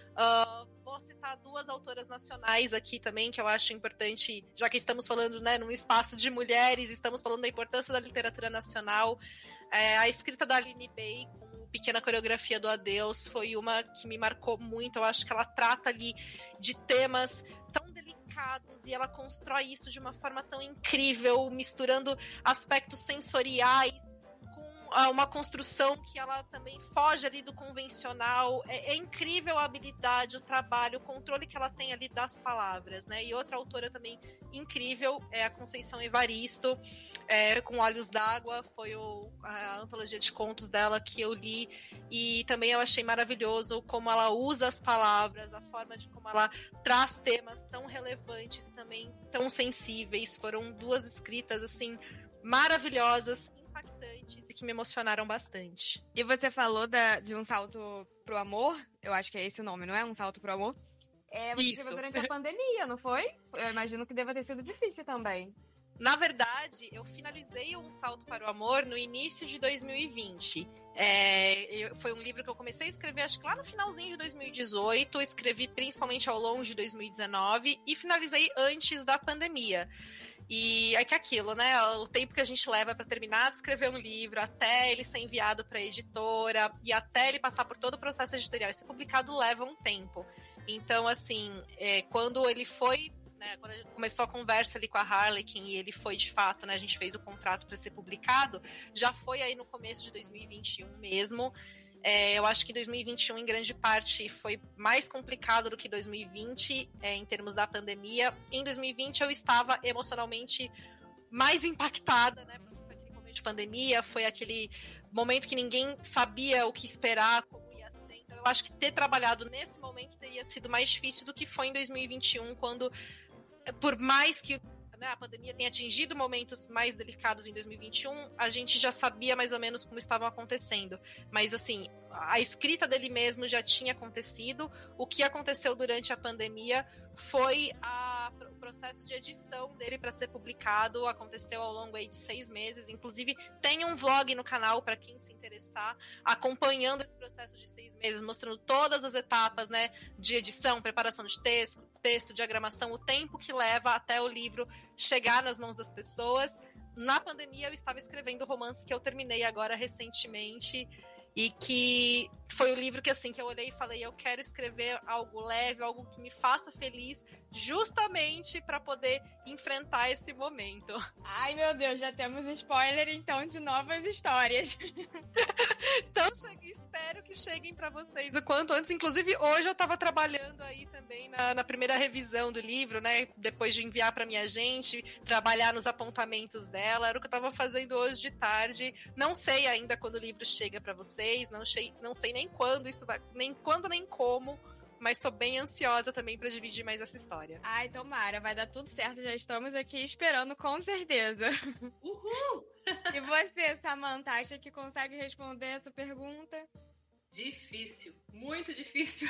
uh, vou citar duas autoras nacionais aqui também, que eu acho importante, já que estamos falando, né, num espaço de mulheres, estamos falando da importância da literatura nacional. É, a escrita da Aline Bey, com Pequena Coreografia do Adeus, foi uma que me marcou muito. Eu acho que ela trata ali de temas tão delicados e ela constrói isso de uma forma tão incrível, misturando aspectos sensoriais com uma construção que ela também foge ali do convencional. É, é incrível a habilidade, o trabalho, o controle que ela tem ali das palavras, né? E outra autora também incrível é a Conceição Evaristo, é, com Olhos d'Água, foi o, a antologia de contos dela que eu li, e também eu achei maravilhoso como ela usa as palavras, a forma de como ela traz temas tão relevantes e também tão sensíveis. Foram duas escritas, assim, maravilhosas, impactantes e que me emocionaram bastante.
E você falou da, de um salto pro amor, eu acho que é esse o nome, não é? Um salto pro amor? É, você escreveu durante a pandemia, não foi? Eu imagino que deva ter sido difícil também.
Na verdade, eu finalizei Um Salto para o Amor no início de dois mil e vinte. É, eu, foi um livro que eu comecei a escrever, acho que lá no finalzinho de dois mil e dezoito, escrevi principalmente ao longo de dois mil e dezenove e finalizei antes da pandemia. E é que aquilo, né? O tempo que a gente leva para terminar de escrever um livro, até ele ser enviado para a editora e até ele passar por todo o processo editorial e ser publicado, leva um tempo. Então, assim, é, quando ele foi, né, quando a gente começou a conversa ali com a Harlequin e ele foi de fato, né, a gente fez o contrato para ser publicado, já foi aí no começo de dois mil e vinte e um mesmo. É, eu acho que dois mil e vinte e um, em grande parte, foi mais complicado do que dois mil e vinte, é, em termos da pandemia. Em dois mil e vinte, eu estava emocionalmente mais impactada, né? Porque foi aquele momento de pandemia, foi aquele momento que ninguém sabia o que esperar, como ia ser. Então, eu acho que ter trabalhado nesse momento teria sido mais difícil do que foi em dois mil e vinte e um, quando, por mais que, né, a pandemia tenha atingido momentos mais delicados em dois mil e vinte e um, a gente já sabia mais ou menos como estavam acontecendo. Mas, assim, a escrita dele mesmo já tinha acontecido. O que aconteceu durante a pandemia foi a, o processo de edição dele para ser publicado. Aconteceu ao longo aí de seis meses. Inclusive, tem um vlog no canal para quem se interessar, acompanhando esse processo de seis meses, mostrando todas as etapas, né, de edição, preparação de texto, texto, diagramação, o tempo que leva até o livro chegar nas mãos das pessoas. Na pandemia, eu estava escrevendo o romance que eu terminei agora recentemente, e que foi o livro que, assim, que eu olhei e falei, eu quero escrever algo leve, algo que me faça feliz, justamente para poder enfrentar esse momento.
Ai, meu Deus, já temos spoiler, então, de novas histórias.
Então, espero que cheguem para vocês o quanto antes. Inclusive, hoje eu estava trabalhando aí também na, na primeira revisão do livro, né? Depois de enviar para minha gente, trabalhar nos apontamentos dela. Era o que eu estava fazendo hoje de tarde. Não sei ainda quando o livro chega para vocês, não sei, não sei nem quando isso vai, nem quando nem como, mas tô bem ansiosa também para dividir mais essa história.
Ai, tomara, vai dar tudo certo, já estamos aqui esperando com certeza.
Uhul!
E você, Samantha, acha que consegue responder essa pergunta?
Difícil, muito difícil.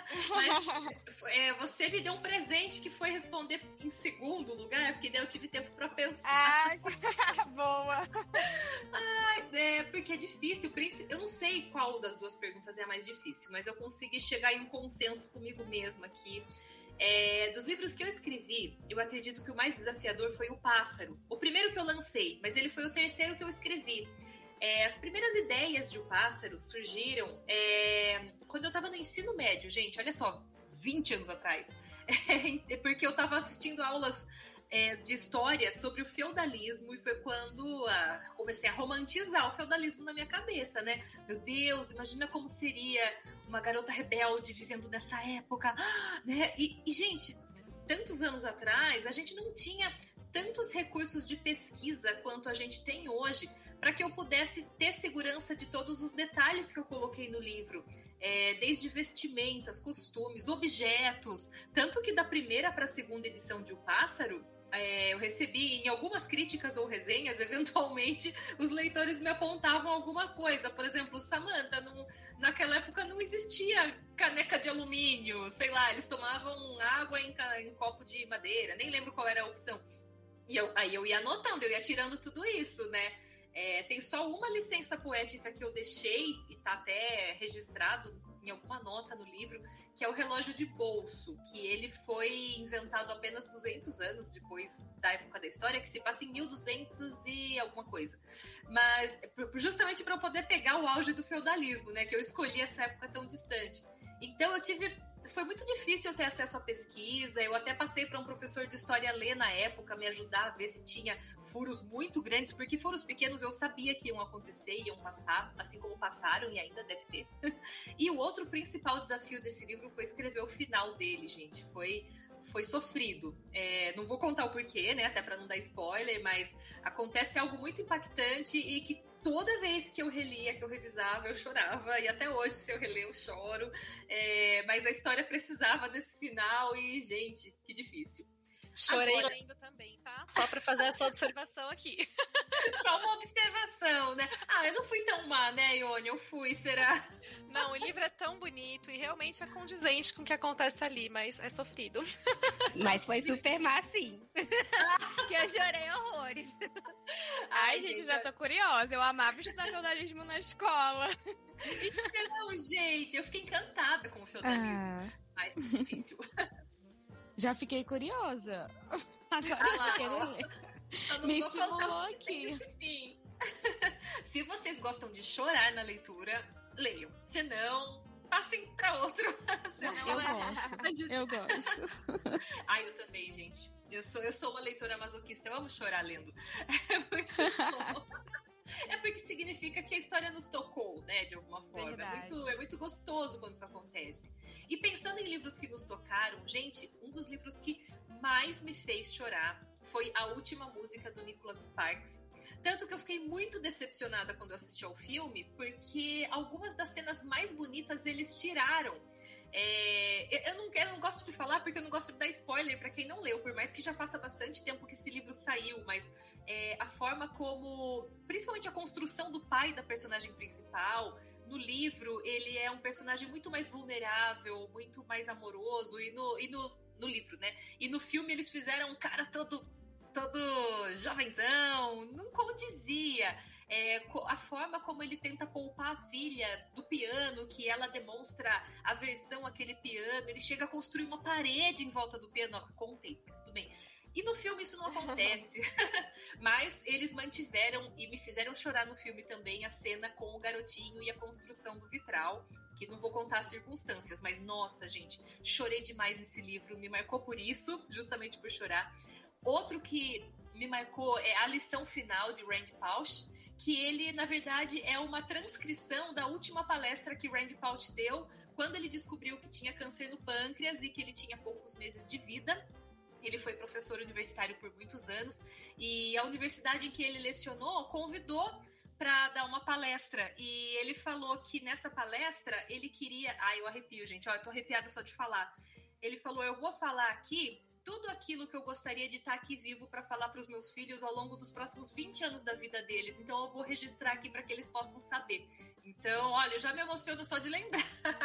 Mas é, você me deu um presente que foi responder em segundo lugar, porque daí eu tive tempo pra pensar.
Ah, boa!
Ai, é, porque é difícil. Eu não sei qual das duas perguntas é a mais difícil, mas eu consegui chegar em um consenso comigo mesma aqui. É, dos livros que eu escrevi, eu acredito que o mais desafiador foi O Pássaro. O primeiro que eu lancei, mas ele foi o terceiro que eu escrevi. É, as primeiras ideias de O Pássaro surgiram é, quando eu estava no ensino médio, gente, olha só, vinte anos atrás. É, porque eu estava assistindo aulas é, de história sobre o feudalismo, e foi quando ah, comecei a romantizar o feudalismo na minha cabeça, né? Meu Deus, imagina como seria uma garota rebelde vivendo nessa época, né? E, e gente, tantos anos atrás, a gente não tinha tantos recursos de pesquisa quanto a gente tem hoje para que eu pudesse ter segurança de todos os detalhes que eu coloquei no livro, é, desde vestimentas, costumes, objetos, tanto que da primeira para a segunda edição de O Pássaro, é, eu recebi em algumas críticas ou resenhas, eventualmente os leitores me apontavam alguma coisa. Por exemplo, Samantha, não, naquela época não existia caneca de alumínio, sei lá, eles tomavam água em, em copo de madeira, nem lembro qual era a opção. E eu, aí eu ia anotando, eu ia tirando tudo isso, né? É, tem só uma licença poética que eu deixei, e tá até registrado em alguma nota no livro, que é o relógio de bolso, que ele foi inventado apenas duzentos anos depois da época da história, que se passa em mil e duzentos e alguma coisa. Mas justamente para eu poder pegar o auge do feudalismo, né? Que eu escolhi essa época tão distante. Então eu tive foi muito difícil eu ter acesso à pesquisa. Eu até passei para um professor de história ler na época, me ajudar a ver se tinha furos muito grandes, porque furos pequenos eu sabia que iam acontecer, iam passar, assim como passaram e ainda deve ter. E o outro principal desafio desse livro foi escrever o final dele, gente. Foi... Foi sofrido. É, não vou contar o porquê, né? Até para não dar spoiler, mas acontece algo muito impactante e que toda vez que eu relia, que eu revisava, eu chorava. E até hoje, se eu reler, eu choro. É, mas a história precisava desse final e, gente, que difícil.
Chorei Agora... lendo também, tá? Só para fazer essa observação aqui.
Só uma observação, né? Ah, eu não fui tão má, né, Ione? Eu fui, será?
Não, o livro é tão bonito e realmente é condizente com o que acontece ali, mas é sofrido.
Mas foi super má, sim. Que eu chorei horrores.
Ai, Ai gente, gente, já tô curiosa. Eu amava estudar feudalismo na escola.
Não, gente, eu fiquei encantada com o feudalismo. Ah. Mas difícil.
Já fiquei curiosa. Agora ah, eu vou querer ler. Me estimulou aqui.
Enfim. Se vocês gostam de chorar na leitura, leiam. Se não, passem para outro.
Senão, eu gosto. Gente... Eu gosto.
Ah, eu também, gente. Eu sou, eu sou uma leitora masoquista. Eu amo chorar lendo. É muito bom. É porque significa que a história nos tocou, né, de alguma forma. É muito, é muito gostoso quando isso acontece. E pensando em livros que nos tocaram, gente, um dos livros que mais me fez chorar foi A Última Música, do Nicholas Sparks. Tanto que eu fiquei muito decepcionada quando eu assisti ao filme, porque algumas das cenas mais bonitas eles tiraram. É, eu, não, eu não gosto de falar porque eu não gosto de dar spoiler para quem não leu, por mais que já faça bastante tempo que esse livro saiu, mas é, a forma como, principalmente a construção do pai da personagem principal, no livro ele é um personagem muito mais vulnerável, muito mais amoroso, e no, e no, no livro, né? E no filme eles fizeram um cara todo... todo jovenzão, não condizia. É, a forma como ele tenta poupar a filha do piano, que ela demonstra aversão àquele piano, ele chega a construir uma parede em volta do piano. Contei, mas tudo bem. E no filme isso não acontece. Mas eles mantiveram e me fizeram chorar no filme também a cena com o garotinho e a construção do vitral, que não vou contar as circunstâncias, mas nossa, gente, chorei demais nesse livro, me marcou por isso, justamente por chorar. Outro que me marcou é A Lição Final, de Randy Pausch, que ele, na verdade, é uma transcrição da última palestra que Randy Pausch deu quando ele descobriu que tinha câncer no pâncreas e que ele tinha poucos meses de vida. Ele foi professor universitário por muitos anos e a universidade em que ele lecionou convidou para dar uma palestra, e ele falou que nessa palestra ele queria... Ai, eu arrepio, gente, ó, eu tô arrepiada só de falar. Ele falou, eu vou falar aqui tudo aquilo que eu gostaria de estar aqui vivo para falar para os meus filhos ao longo dos próximos vinte anos da vida deles. Então eu vou registrar aqui para que eles possam saber. Então, olha, eu já me emociono só de lembrar.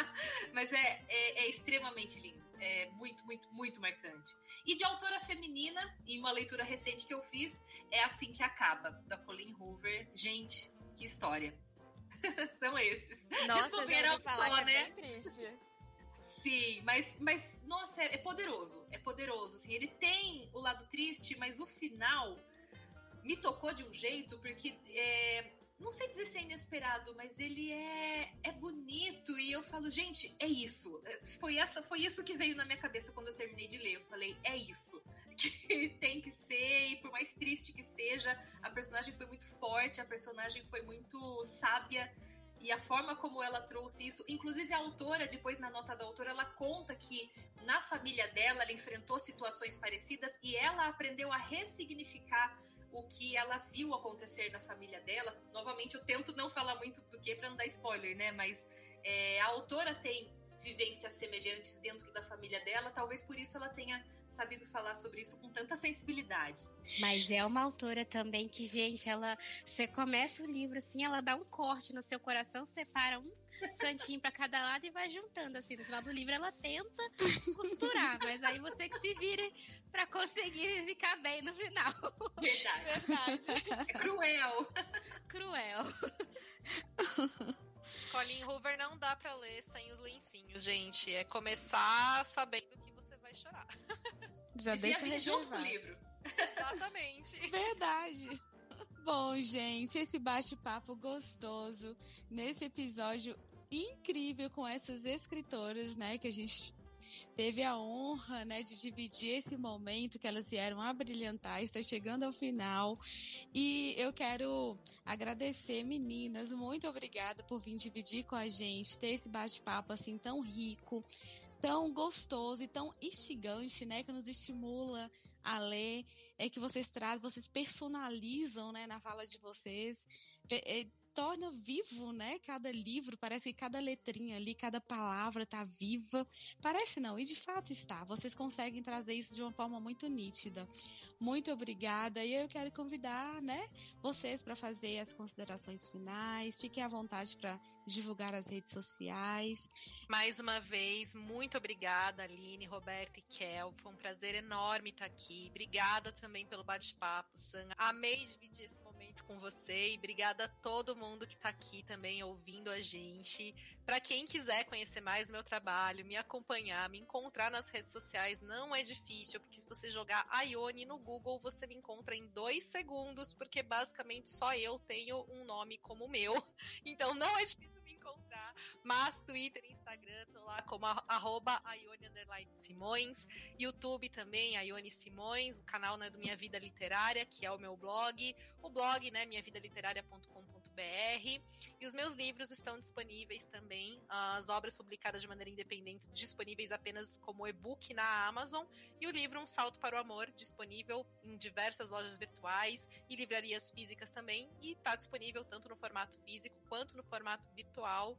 Mas é, é, é extremamente lindo. É muito, muito, muito marcante. E de autora feminina, em uma leitura recente que eu fiz, é Assim que Acaba, da Colleen Hoover. Gente, que história. São esses.
Nossa, desculpa, era falar só, que é né? Bem triste.
Sim, mas, mas nossa, é, é poderoso, é poderoso, assim, ele tem o lado triste, mas o final me tocou de um jeito, porque, é, não sei dizer se é inesperado, mas ele é, é bonito, e eu falo, gente, é isso, foi, essa, foi isso que veio na minha cabeça quando eu terminei de ler, eu falei, é isso que tem que ser, e por mais triste que seja, a personagem foi muito forte, a personagem foi muito sábia, e a forma como ela trouxe isso, inclusive a autora, depois na nota da autora, ela conta que na família dela, ela enfrentou situações parecidas e ela aprendeu a ressignificar o que ela viu acontecer na família dela. Novamente, eu tento não falar muito do que para não dar spoiler, né? Mas é, a autora tem vivências semelhantes dentro da família dela, talvez por isso ela tenha sabido falar sobre isso com tanta sensibilidade.
Mas é uma autora também que, gente, ela, você começa o livro assim, ela dá um corte no seu coração, separa um cantinho para cada lado e vai juntando, assim, no final do livro ela tenta costurar, mas aí você que se vire para conseguir ficar bem no final.
Verdade.
Verdade.
É cruel.
Cruel.
Colleen Hoover não dá pra ler sem os lencinhos, gente. É começar sabendo que você vai chorar.
Já
e
deixa reservado.
Junto com o livro.
Exatamente.
Verdade. Bom, gente, esse bate-papo gostoso nesse episódio incrível com essas escritoras, né, que a gente teve a honra, né, de dividir esse momento que elas vieram a brilhantar. Está chegando ao final. E eu quero agradecer, meninas. Muito obrigada por vir dividir com a gente, ter esse bate-papo assim tão rico, tão gostoso e tão instigante, né, que nos estimula a ler, é que vocês trazem, vocês personalizam, né, na fala de vocês, é, é, torna vivo, né, cada livro, parece que cada letrinha ali, cada palavra tá viva, parece não, e de fato está, vocês conseguem trazer isso de uma forma muito nítida. Muito obrigada, e eu quero convidar, né, vocês para fazer as considerações finais, fiquem à vontade para divulgar as redes sociais.
Mais uma vez, muito obrigada, Aline, Roberta e Kel, foi um prazer enorme estar aqui, obrigada também pelo bate-papo, Sam, amei dividir esse momento com você, e obrigada a todo mundo que tá aqui também ouvindo a gente. Para quem quiser conhecer mais meu trabalho, me acompanhar, me encontrar nas redes sociais, não é difícil, porque se você jogar Aione no Google, você me encontra em dois segundos, porque basicamente só eu tenho um nome como o meu. Então não é difícil me encontrar, mas Twitter e Instagram, tô lá como arroba Aione underline Simões, YouTube também, Aione Simões, o canal, né, do Minha Vida Literária, que é o meu blog, o blog, né, minha vida literaria ponto com ponto b r, e os meus livros estão disponíveis também, as obras publicadas de maneira independente disponíveis apenas como e-book na Amazon, e o livro Um Salto para o Amor, disponível em diversas lojas virtuais e livrarias físicas também, e está disponível tanto no formato físico quanto no formato virtual.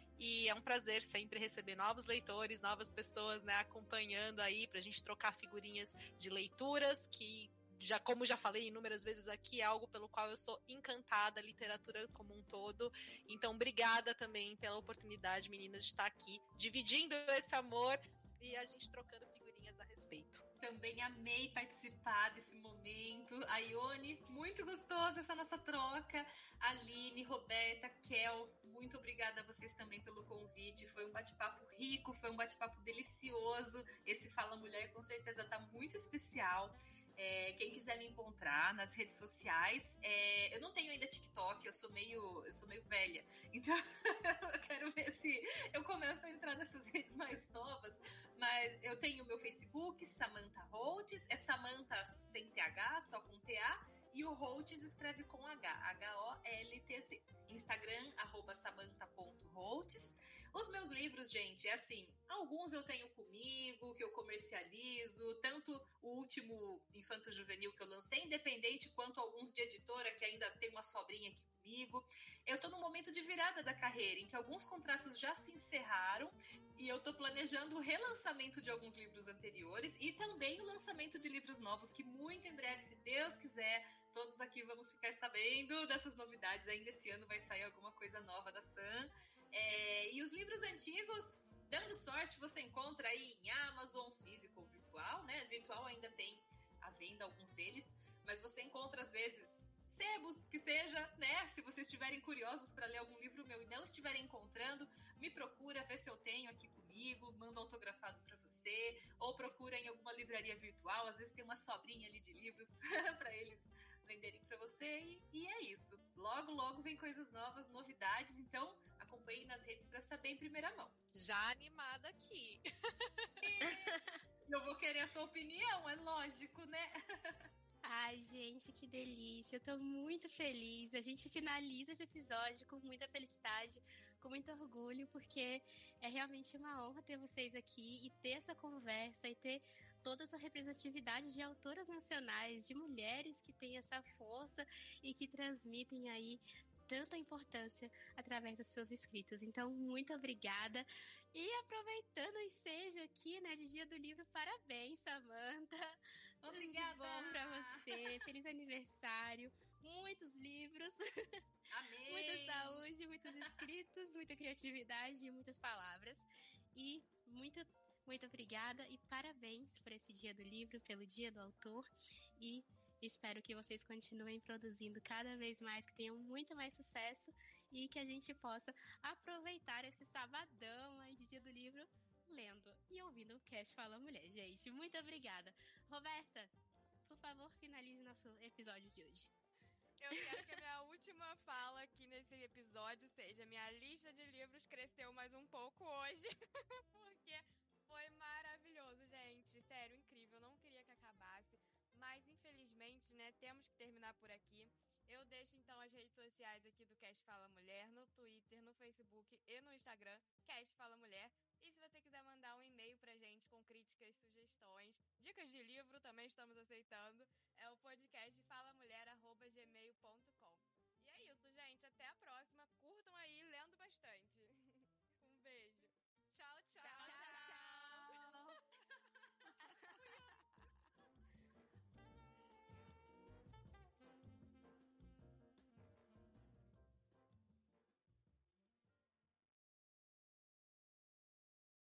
E é um prazer sempre receber novos leitores, novas pessoas, né, acompanhando aí pra gente trocar figurinhas de leituras, que já, como já falei inúmeras vezes aqui, é algo pelo qual eu sou encantada, literatura como um todo. Então, obrigada também pela oportunidade, meninas, de estar aqui dividindo esse amor e a gente trocando figurinhas a respeito.
Também amei participar desse momento. Aione, muito gostosa essa nossa troca. Aline, Roberta, Kel, muito obrigada a vocês também pelo convite. Foi um bate-papo rico, foi um bate-papo delicioso. Esse Fala Mulher com certeza tá muito especial. É, quem quiser me encontrar nas redes sociais, é, eu não tenho ainda TikTok, eu sou meio, eu sou meio velha, então eu quero ver se eu começo a entrar nessas redes mais novas, mas eu tenho o meu Facebook, Samantha Holtz, é Samantha sem T H, só com T A, e o Holtz escreve com H, H O L T Z. Instagram, arroba samantha ponto holtz. Os meus livros, gente, é assim, alguns eu tenho comigo, que eu comercializo, tanto o último Infanto Juvenil que eu lancei, independente, quanto alguns de editora, que ainda tem uma sobrinha aqui comigo. Eu tô num momento de virada da carreira, em que alguns contratos já se encerraram, e eu tô planejando o relançamento de alguns livros anteriores, e também o lançamento de livros novos, que muito em breve, se Deus quiser, todos aqui vamos ficar sabendo dessas novidades. Ainda esse ano vai sair alguma coisa nova da Sam. É, e os livros antigos, dando sorte, você encontra aí em Amazon, físico ou virtual, né? Virtual ainda tem à venda alguns deles, mas você encontra às vezes sebos, que seja, né? Se vocês estiverem curiosos para ler algum livro meu e não estiverem encontrando, me procura, vê se eu tenho aqui comigo, mando autografado para você, ou procura em alguma livraria virtual, às vezes tem uma sobrinha ali de livros para eles venderem para você, e, e é isso. Logo, logo vem coisas novas, novidades, então acompanhe nas redes para saber em primeira mão.
Já animada aqui.
Eu vou querer a sua opinião, é lógico, né?
Ai, gente, que delícia. Eu tô muito feliz. A gente finaliza esse episódio com muita felicidade, com muito orgulho, porque é realmente uma honra ter vocês aqui e ter essa conversa e ter toda essa representatividade de autoras nacionais, de mulheres que têm essa força e que transmitem aí tanta importância através dos seus escritos. Então, muito obrigada. E aproveitando o ensejo aqui, né, de Dia do Livro, parabéns, Samantha.
Obrigada.
Tudo de bom pra você. Feliz aniversário. Muitos livros.
Amém.
Muita saúde, muitos escritos, muita criatividade e muitas palavras. E muito, muito obrigada e parabéns por esse Dia do Livro, pelo Dia do Autor. E espero que vocês continuem produzindo cada vez mais, que tenham muito mais sucesso e que a gente possa aproveitar esse sabadão aí de Dia do Livro lendo e ouvindo o Cast Fala Mulher. Gente, muito obrigada. Roberta, por favor, finalize nosso episódio de hoje.
Eu quero que a minha última fala aqui nesse episódio seja: minha lista de livros cresceu mais um pouco hoje, porque foi maravilhoso. Mas, infelizmente, né, temos que terminar por aqui. Eu deixo, então, as redes sociais aqui do Cast Fala Mulher, no Twitter, no Facebook e no Instagram, Cast Fala Mulher. E se você quiser mandar um e-mail pra gente com críticas, sugestões, dicas de livro, também estamos aceitando, é o podcast falamulher arroba gmail ponto com. E é isso, gente. Até a próxima. Curtam aí, lendo bastante.